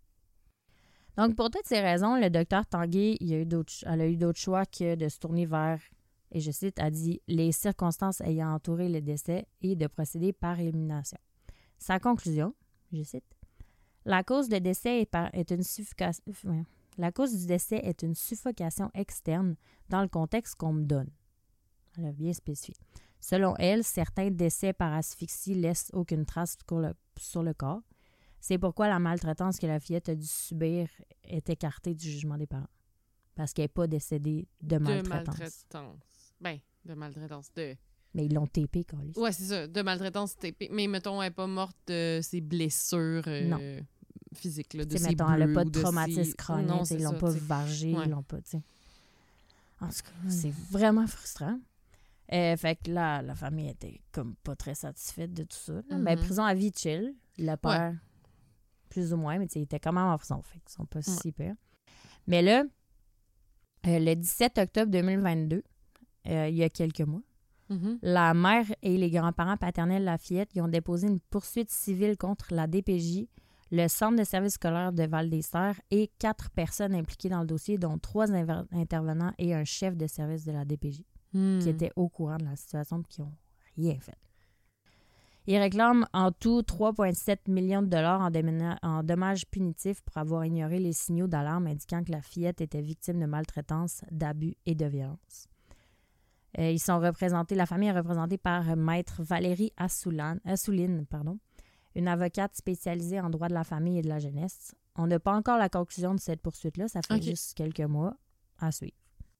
Donc, pour toutes ces raisons, le docteur Tanguay, il a eu d'autres, elle a eu d'autres choix que de se tourner vers, et je cite, a dit « les circonstances ayant entouré le décès et de procéder par élimination ». Sa conclusion, je cite, « La cause de décès est, par, est une suffocation... La cause du décès est une suffocation externe dans le contexte qu'on me donne. » Elle a bien spécifié. Selon elle, certains décès par asphyxie laissent aucune trace sur le, sur le corps. C'est pourquoi la maltraitance que la fillette a dû subir est écartée du jugement des parents. Parce qu'elle n'est pas décédée de De maltraitance. maltraitance. Ben, de maltraitance. De... Mais ils l'ont tapé, Carlis. Ouais, c'est ça. De maltraitance T P. Mais mettons, elle n'est pas morte de ses blessures euh, Non. physiques. Là, de T'sais, ses mettons, elle n'a bleus pas ou de traumatisme ses- chronique. Non, t'sais, c'est ils l'ont ça, pas t'sais. vargé. Ouais. Ils l'ont pas, t'sais. En tout cas, c'est vraiment frustrant. Euh, fait que là, la famille était comme pas très satisfaite de tout ça. là. Mhm. Ben, prison à vie chill. Le père, plus ou moins, mais t'sais, il était quand même en prison. Fait qu'ils sont pas si pires. Mais là, euh, le dix-sept octobre deux mille vingt-deux, euh, il y a quelques mois, Mhm. la mère et les grands-parents paternels de la fillette ils ont déposé une poursuite civile contre la D P J, le Centre de services scolaires de Val-des-Serres et quatre personnes impliquées dans le dossier, dont trois inver- intervenants et un chef de service de la D P J Hmm. qui étaient au courant de la situation et qui n'ont rien fait. Ils réclament en tout trois virgule sept millions de dollars en, démena- en dommages punitifs pour avoir ignoré les signaux d'alarme indiquant que la fillette était victime de maltraitance, d'abus et de violence. Euh, ils sont représentés, la famille est représentée par Maître Valérie Assoulan- Assouline, pardon, une avocate spécialisée en droit de la famille et de la jeunesse. On n'a pas encore la conclusion de cette poursuite-là, ça fait Ok. juste quelques mois à suivre.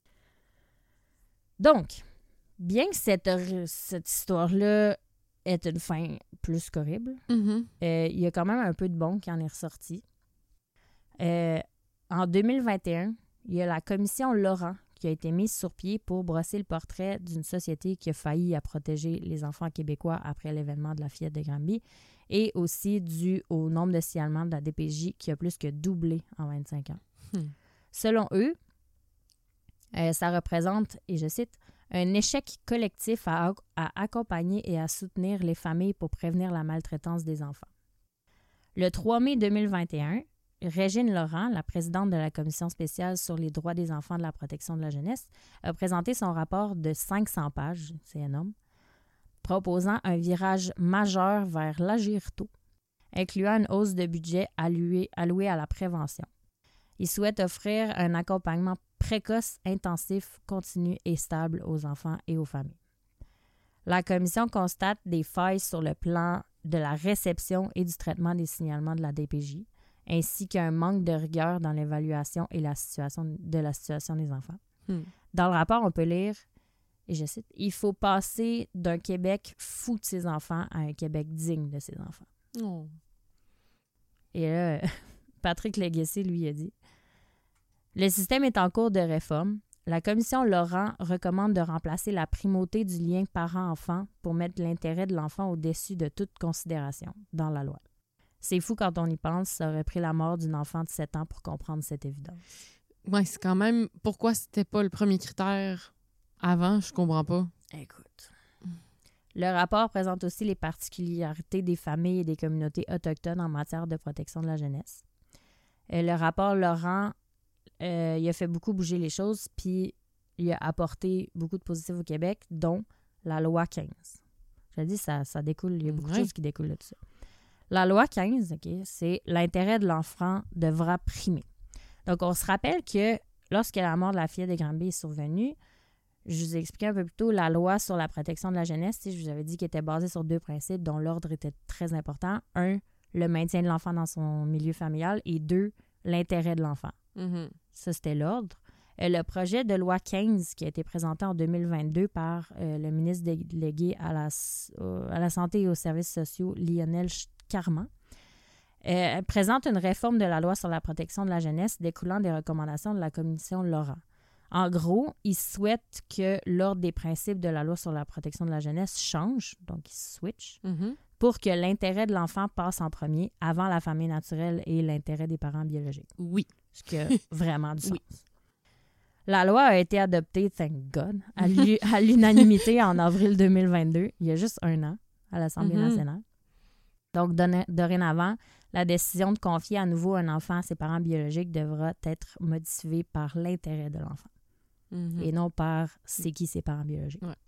Donc, bien que cette, cette histoire-là ait une fin plus qu'horrible, Mhm. euh, il y a quand même un peu de bon qui en est ressorti. Euh, en deux mille vingt et un, il y a la commission Laurent qui a été mise sur pied pour brosser le portrait d'une société qui a failli à protéger les enfants québécois après l'événement de la fillette de Granby et aussi dû au nombre de signalements de la D P J qui a plus que doublé en vingt-cinq ans. Hmm. Selon eux, euh, ça représente, et je cite, un échec collectif à, à accompagner et à soutenir les familles pour prévenir la maltraitance des enfants. Le trois mai deux mille vingt et un, Régine Laurent, la présidente de la Commission spéciale sur les droits des enfants de la protection de la jeunesse, a présenté son rapport de cinq cents pages, c'est énorme, proposant un virage majeur vers l'agir tôt, incluant une hausse de budget allouée, allouée à la prévention. Il souhaite offrir un accompagnement précoce, intensif, continu et stable aux enfants et aux familles. La Commission constate des failles sur le plan de la réception et du traitement des signalements de la D P J, ainsi qu'un manque de rigueur dans l'évaluation et la situation de la situation des enfants. Hmm. Dans le rapport, on peut lire, et je cite, « Il faut passer d'un Québec fou de ses enfants à un Québec digne de ses enfants. Oh. » Et là, Patrick Legacy, lui, a dit, « Le système est en cours de réforme. La commission Laurent recommande de remplacer la primauté du lien parent-enfant pour mettre l'intérêt de l'enfant au-dessus de toute considération dans la loi. C'est fou quand on y pense, ça aurait pris la mort d'un enfant de sept ans pour comprendre cette évidence. » Ouais, c'est quand même... Pourquoi c'était pas le premier critère avant? Je comprends pas. Écoute. Le rapport présente aussi les particularités des familles et des communautés autochtones en matière de protection de la jeunesse. Et le rapport Laurent, euh, il a fait beaucoup bouger les choses, puis il a apporté beaucoup de positifs au Québec, dont la loi quinze. Je le dis, ça, ça découle, il y a beaucoup Ouais. de choses qui découlent de tout ça. La loi quinze, OK, c'est l'intérêt de l'enfant devra primer. Donc, on se rappelle que lorsque la mort de la fillette de Granby est survenue, je vous ai expliqué un peu plus tôt, la loi sur la protection de la jeunesse, je vous avais dit qu'elle était basée sur deux principes dont l'ordre était très important. Un, le maintien de l'enfant dans son milieu familial et deux, l'intérêt de l'enfant. Mm-hmm. Ça, c'était l'ordre. Euh, le projet de loi quinze qui a été présenté en deux mille vingt-deux par euh, le ministre délégué à la, euh, à la santé et aux services sociaux, Lionel Carman, euh, présente une réforme de la loi sur la protection de la jeunesse découlant des recommandations de la commission Laurent. En gros, il souhaite que l'ordre des principes de la loi sur la protection de la jeunesse change, donc il switch, Mm-hmm. pour que l'intérêt de l'enfant passe en premier avant la famille naturelle et l'intérêt des parents biologiques. Oui. Ce qui a vraiment du sens. Oui. La loi a été adoptée, thank God, à l'u- à l'unanimité en avril deux mille vingt-deux, il y a juste un an, à l'Assemblée Mm-hmm. nationale. Donc, don- dorénavant, la décision de confier à nouveau un enfant à ses parents biologiques devra être motivée par l'intérêt de l'enfant Mm-hmm. et non par c'est qui ses parents biologiques. Ouais.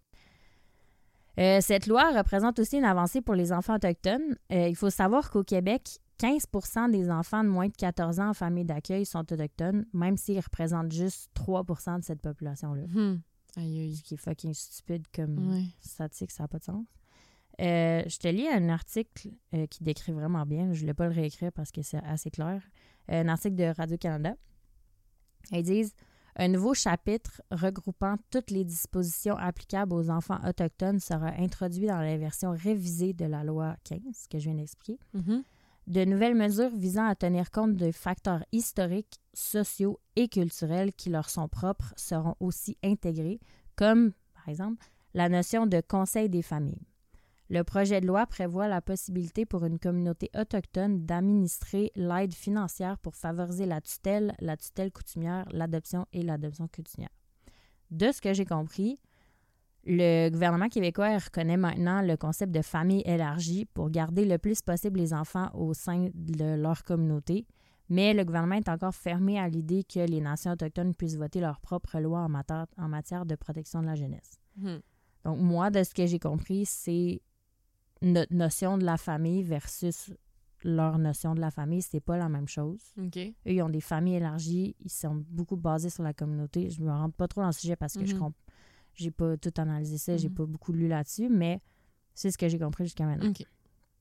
Euh, cette loi représente aussi une avancée pour les enfants autochtones. Euh, il faut savoir qu'au Québec, quinze pour cent des enfants de moins de quatorze ans en famille d'accueil sont autochtones, même s'ils représentent juste trois pour cent de cette population-là. Mm-hmm. Aïe, aïe. Ce qui est fucking stupide comme Ouais. statistique, ça n'a pas de sens. Euh, je te lis un article euh, qui décrit vraiment bien. Je ne voulais pas le réécrire parce que c'est assez clair. Euh, un article de Radio-Canada. Ils disent « Un nouveau chapitre regroupant toutes les dispositions applicables aux enfants autochtones sera introduit dans la version révisée de la loi quinze, que je viens d'expliquer. Mm-hmm. De nouvelles mesures visant à tenir compte des facteurs historiques, sociaux et culturels qui leur sont propres seront aussi intégrées, comme, par exemple, la notion de conseil des familles. Le projet de loi prévoit la possibilité pour une communauté autochtone d'administrer l'aide financière pour favoriser la tutelle, la tutelle coutumière, l'adoption et l'adoption coutumière. De ce que j'ai compris, le gouvernement québécois reconnaît maintenant le concept de famille élargie pour garder le plus possible les enfants au sein de leur communauté, mais le gouvernement est encore fermé à l'idée que les nations autochtones puissent voter leurs propres lois en matière, en matière de protection de la jeunesse. Mm-hmm. Donc, moi, de ce que j'ai compris, c'est notre notion de la famille versus leur notion de la famille, c'est pas la même chose. OK. Eux, ils ont des familles élargies, ils sont beaucoup basés sur la communauté. Je me rentre pas trop dans le sujet parce que Mm-hmm. je comp- j'ai pas tout analysé ça, j'ai Mm-hmm. pas beaucoup lu là-dessus, mais c'est ce que j'ai compris jusqu'à maintenant. OK.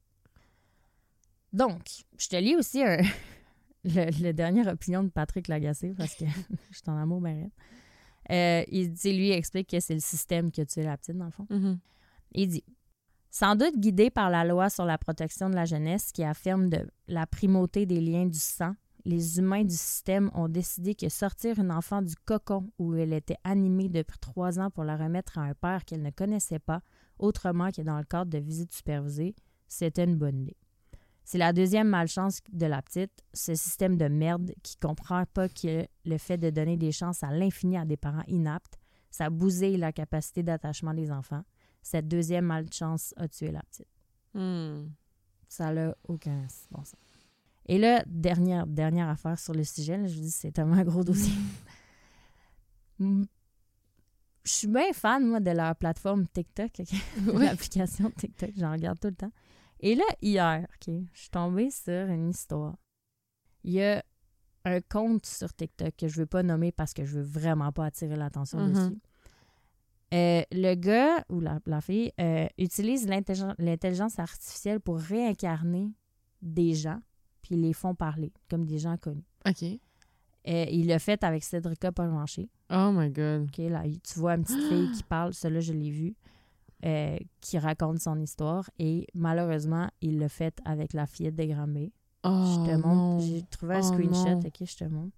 Donc, je te lis aussi un- le, le dernière opinion de Patrick Lagacé parce que je suis en amour, ben euh, il dit, lui, il explique que c'est le système qui a tué la petite, dans le fond. Mm-hmm. Il dit « Sans doute guidé par la loi sur la protection de la jeunesse qui affirme de la primauté des liens du sang, les humains du système ont décidé que sortir une enfant du cocon où elle était animée depuis trois ans pour la remettre à un père qu'elle ne connaissait pas, autrement que dans le cadre de visites supervisées, c'était une bonne idée. C'est la deuxième malchance de la petite, ce système de merde qui comprend pas que le fait de donner des chances à l'infini à des parents inaptes, ça bousille la capacité d'attachement des enfants. Cette deuxième malchance a tué la petite. Mm. Ça n'a aucun bon sens. Et là, dernière, dernière affaire sur le sujet, là, je vous dis, c'est tellement un gros dossier. Mm. Je suis bien fan, moi, de leur plateforme TikTok, okay? De Oui. l'application TikTok, j'en regarde tout le temps. Et là, hier, OK, je suis tombée sur une histoire. Il y a un compte sur TikTok que je ne veux pas nommer parce que je veux vraiment pas attirer l'attention Mm-hmm. dessus. Euh, le gars ou la, la fille euh, utilise l'intelligence, l'intelligence artificielle pour réincarner des gens puis ils les font parler, comme des gens connus. OK. Euh, il l'a fait avec Cédrica Provencher. Oh my God. OK, là, tu vois une petite fille qui parle, celle-là, je l'ai vue, euh, qui raconte son histoire. Et malheureusement, il l'a fait avec la fillette de Granby. Oh, je te non. montre. J'ai trouvé un Oh, screenshot, non. OK, je te montre.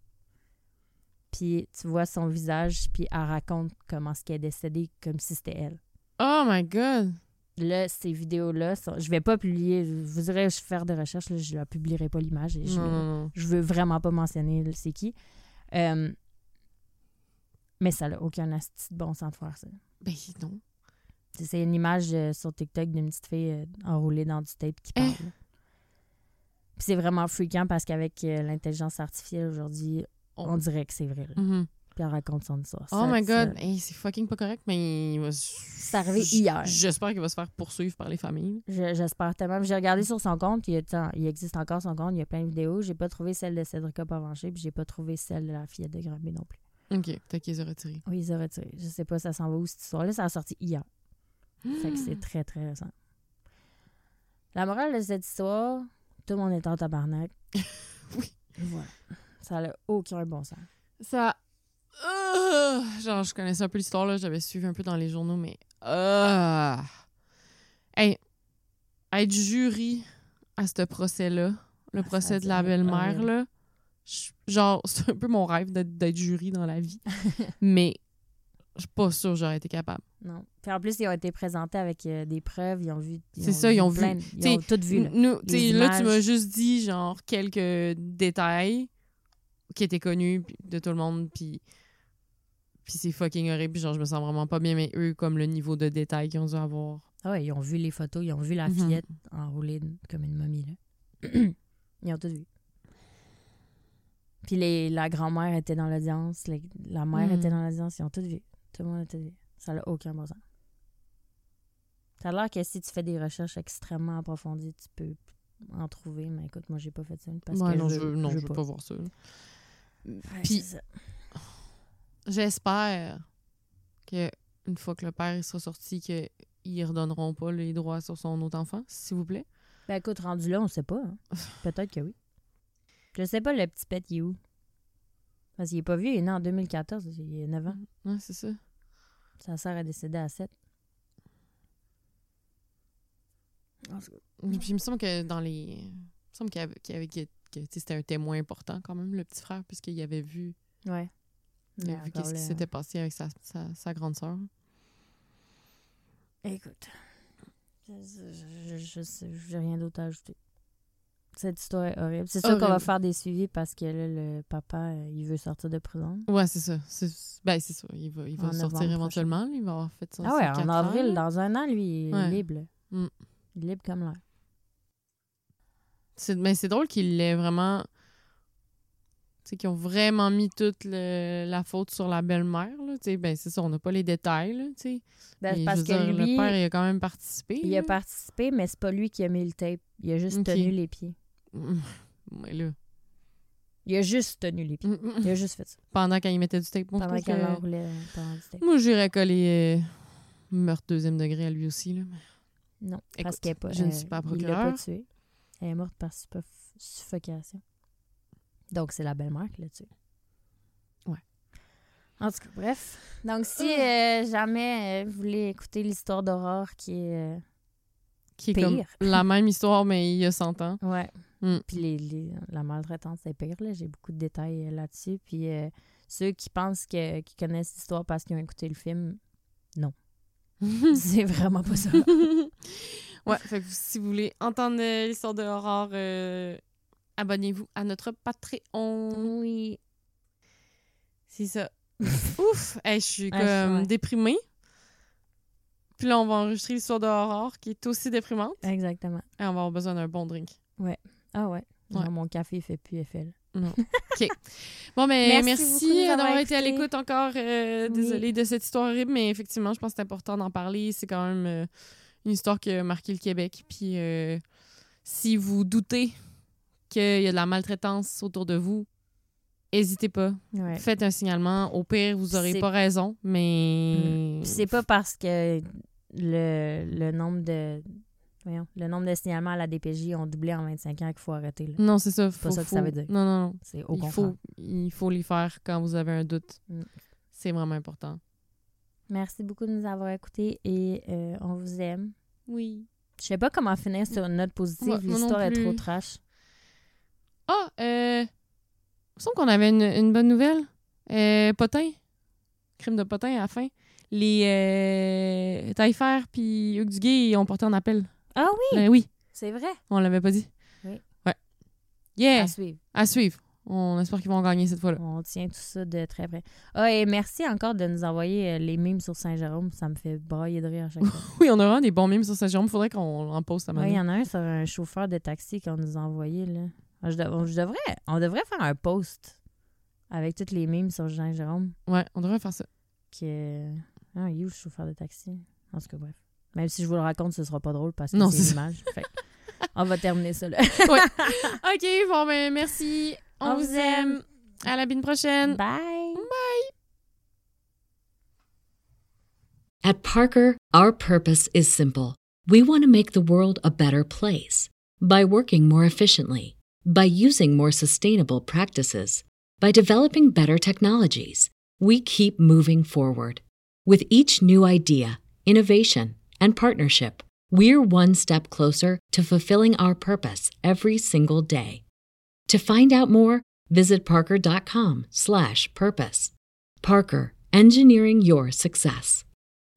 Puis tu vois son visage, puis elle raconte comment est-ce qu'elle est décédée, comme si c'était elle. Oh my God. Là, ces vidéos-là, sont... je vais pas publier. Vous irez faire des recherches, là, je ne publierai pas l'image. Et je, Non, non, non. je veux vraiment pas mentionner c'est qui. Euh, mais ça n'a aucun asti de bon sens de faire ça. Ben non. C'est c'est une image euh, sur TikTok d'une petite fille euh, enroulée dans du tape qui parle. Eh. Puis c'est vraiment freakant parce qu'avec euh, l'intelligence artificielle aujourd'hui, on dirait que c'est vrai. Là. Mhm. Puis elle raconte son histoire. Oh Ça- my God. ça- Hey, c'est fucking pas correct, mais... il va- C'est arrivé J- hier. J'espère qu'il va se faire poursuivre par les familles. Je- J'espère tellement. J'ai regardé sur son compte, il, y a, tant- il existe encore son compte, il y a plein de vidéos. J'ai pas trouvé celle de Cédrica Provencher, puis j'ai pas trouvé celle de la fillette de Granby non plus. OK, peut-être qu'ils ont retiré. Oui, ils ont retiré. Je sais pas, ça s'en va où cette histoire-là. Ça a sorti hier. Fait que c'est très, très récent. La morale de cette histoire, tout le monde est en tabarnak. Oui. Voilà. Ça n'a aucun bon sens. Ça... Euh, genre, je connaissais un peu l'histoire, là. J'avais suivi un peu dans les journaux, mais... Euh, hey, être jury à ce procès-là, le Ah, procès ça de la dirait belle-mère, horrible. là, je- genre, c'est un peu mon rêve d'être, d'être jury dans la vie. Mais je suis pas sûre que j'aurais été capable. Non. Puis en plus, ils ont été présentés avec euh, des preuves. Ils ont vu. C'est ça, ils ont vu. plein de- Ils ont T'sais, tout vu. Là. Nous, tu sais, Les là, tu images. m'as juste dit, genre, quelques détails qui étaient connus puis de tout le monde, puis... Puis c'est fucking horrible, puis genre, je me sens vraiment pas bien, mais eux, comme le niveau de détail qu'ils ont dû avoir. Ah ouais, ils ont vu les photos, ils ont vu la Mhm. fillette enroulée comme une momie. Là. Ils ont tout vu. Puis les, la grand-mère était dans l'audience, les- la mère Mhm. était dans l'audience, ils ont tout vu. Tout le monde a tout vu. Ça n'a aucun bon sens. Ça a l'air que si tu fais des recherches extrêmement approfondies, tu peux en trouver, mais écoute, moi, j'ai pas fait ça. Parce Ouais, que non, je je veux, veux, non, je je veux veux pas. pas voir ça. Ouais, Puis- c'est ça. J'espère que une fois que le père il sera sorti, qu'ils redonneront pas les droits sur son autre enfant, s'il vous plaît. Ben écoute, rendu là, on sait pas. Hein. Peut-être que oui. Je sais pas, le petit pet, il est où? Parce qu'il est pas vieux, il est né en deux mille quatorze, il a neuf ans. Ouais, c'est ça. Sa sœur a décédé à sept. Puis il me semble que dans les... Il me semble qu'il y avait, qu'il y avait- que, que, tu sais, c'était un témoin important quand même, le petit frère, puisqu'il avait vu, Ouais. il Mais avait vu encore qu'est-ce qui là- s'était passé avec sa, sa, sa grande sœur. Écoute, je, je, je, je sais, j'ai rien d'autre à ajouter. Cette histoire est horrible. C'est sûr qu'on va Horrible. faire des suivis parce que là, le papa, euh, il veut sortir de prison. Ouais, c'est ça. C'est, ben, c'est ça. Il va, il va En sortir novembre éventuellement. Il va avoir fait ça. Ah ouais, en avril, dans un an, lui, il est Ouais. libre. là. Mm. Il est libre comme l'air. C'est, mais c'est drôle qu'il l'ait vraiment... Tu sais, qu'ils ont vraiment mis toute le- la faute sur la belle-mère. Là. Tu sais, ben, c'est ça, on n'a pas les détails. Là, tu sais. Ben, Mais parce je veux que dire, lui, le père, il a quand même participé. il a là. participé, mais c'est pas lui qui a mis le tape. Il a juste Ok. tenu les pieds. Mais là... Il a juste tenu les pieds. Il a juste fait ça. Pendant qu'il mettait du tape. Moi, je Pendant trouve qu'elle que- enroulait pendant du tape. Moi, j'irais coller euh, meurtre deuxième degré à lui aussi. Là. Non, Écoute, parce qu'elle est pas, je ne euh, suis pas il l'a procureur. pas tuée. Elle est morte par suffo- suffocation. Donc, c'est la belle-mère qui l'a tuée. Ouais. En tout cas, bref. Donc, si euh, jamais euh, vous voulez écouter l'histoire d'Aurore qui est... euh, Qui est Pire. comme la même histoire, mais il y a cent ans. Ouais. Mm. Puis les, les- la maltraitance, c'est pire. Là. J'ai beaucoup de détails euh, là-dessus. Puis euh, ceux qui pensent que, qu'ils connaissent l'histoire parce qu'ils ont écouté le film, non. C'est vraiment pas ça. Ouais, fait que si vous voulez entendre euh, l'histoire de Aurore, euh, abonnez-vous à notre Patreon. Oui. C'est ça. Ouf! Hey, je suis Ah, comme ouais. déprimée. Puis là, on va enregistrer l'histoire de Aurore, qui est aussi déprimante. Exactement. Et on va avoir besoin d'un bon drink. Ah ouais. Ouais. Non, mon café, il fait plus effet. là. Non. OK. Bon, mais Merci merci, beaucoup de nous avoir d'avoir été à écoutés. l'écoute encore. Euh, Oui. Désolée de cette histoire horrible, mais effectivement, je pense que c'est important d'en parler. C'est quand même euh, une histoire qui a marqué le Québec. Puis euh, si vous doutez qu'il y a de la maltraitance autour de vous, n'hésitez pas. Ouais. Faites un signalement. Au pire, vous n'aurez C'est- pas raison, mais... Puis c'est pas parce que le, le nombre de Voyons, le nombre de signalements à la D P J ont doublé en vingt-cinq ans qu'il faut arrêter. Là. Non, c'est ça. C'est pas faut, ça que faut... ça veut dire. Non, non, non. C'est au il contraire. faut, il faut les faire quand vous avez un doute. Mm. C'est vraiment important. Merci beaucoup de nous avoir écoutés et euh, on vous aime. Oui. Je sais pas comment finir sur une note positive. Moi- moi L'histoire non est plus. trop trash. Ah, euh... Il me semble qu'on avait une, une bonne nouvelle. Euh, Potin. Crime de Potin à la fin. Les euh, Taillefer puis Hugues Duguay ont porté en appel. Ah oui, Euh, oui, c'est vrai. on l'avait pas dit. Oui. Ouais. Yeah! À suivre. À suivre. On espère qu'ils vont gagner cette fois-là. On tient tout ça de très près. Ah, et merci encore de nous envoyer euh, les mimes sur Saint-Jérôme. Ça me fait brailler de rire à chaque fois. Oui, on a vraiment des bons mimes sur Saint-Jérôme. Faudrait qu'on en poste à Oui, il y maintenant. en a un sur un chauffeur de taxi qu'on nous a envoyé. Là. Ah, Je, dev- je devrais, on devrait faire un post avec toutes les mimes sur Saint-Jérôme. Ouais, on devrait faire ça. Que... Ah, il est où le chauffeur de taxi? En tout cas, bref. Même si je vous le raconte, ce sera pas drôle parce que Non, c'est c'est une image. Fait que on va terminer ça là. Ouais. OK, bon, ben merci. On, On vous vous aime. aime. À la bine prochaine. Bye! At Parker, our purpose is simple. We want to make the world a better place by working more efficiently, by using more sustainable practices, by developing better technologies. We keep moving forward. With each new idea, innovation, and partnership, we're one step closer to fulfilling our purpose every single day. To find out more, visit parker.com slash purpose. Parker, engineering your success.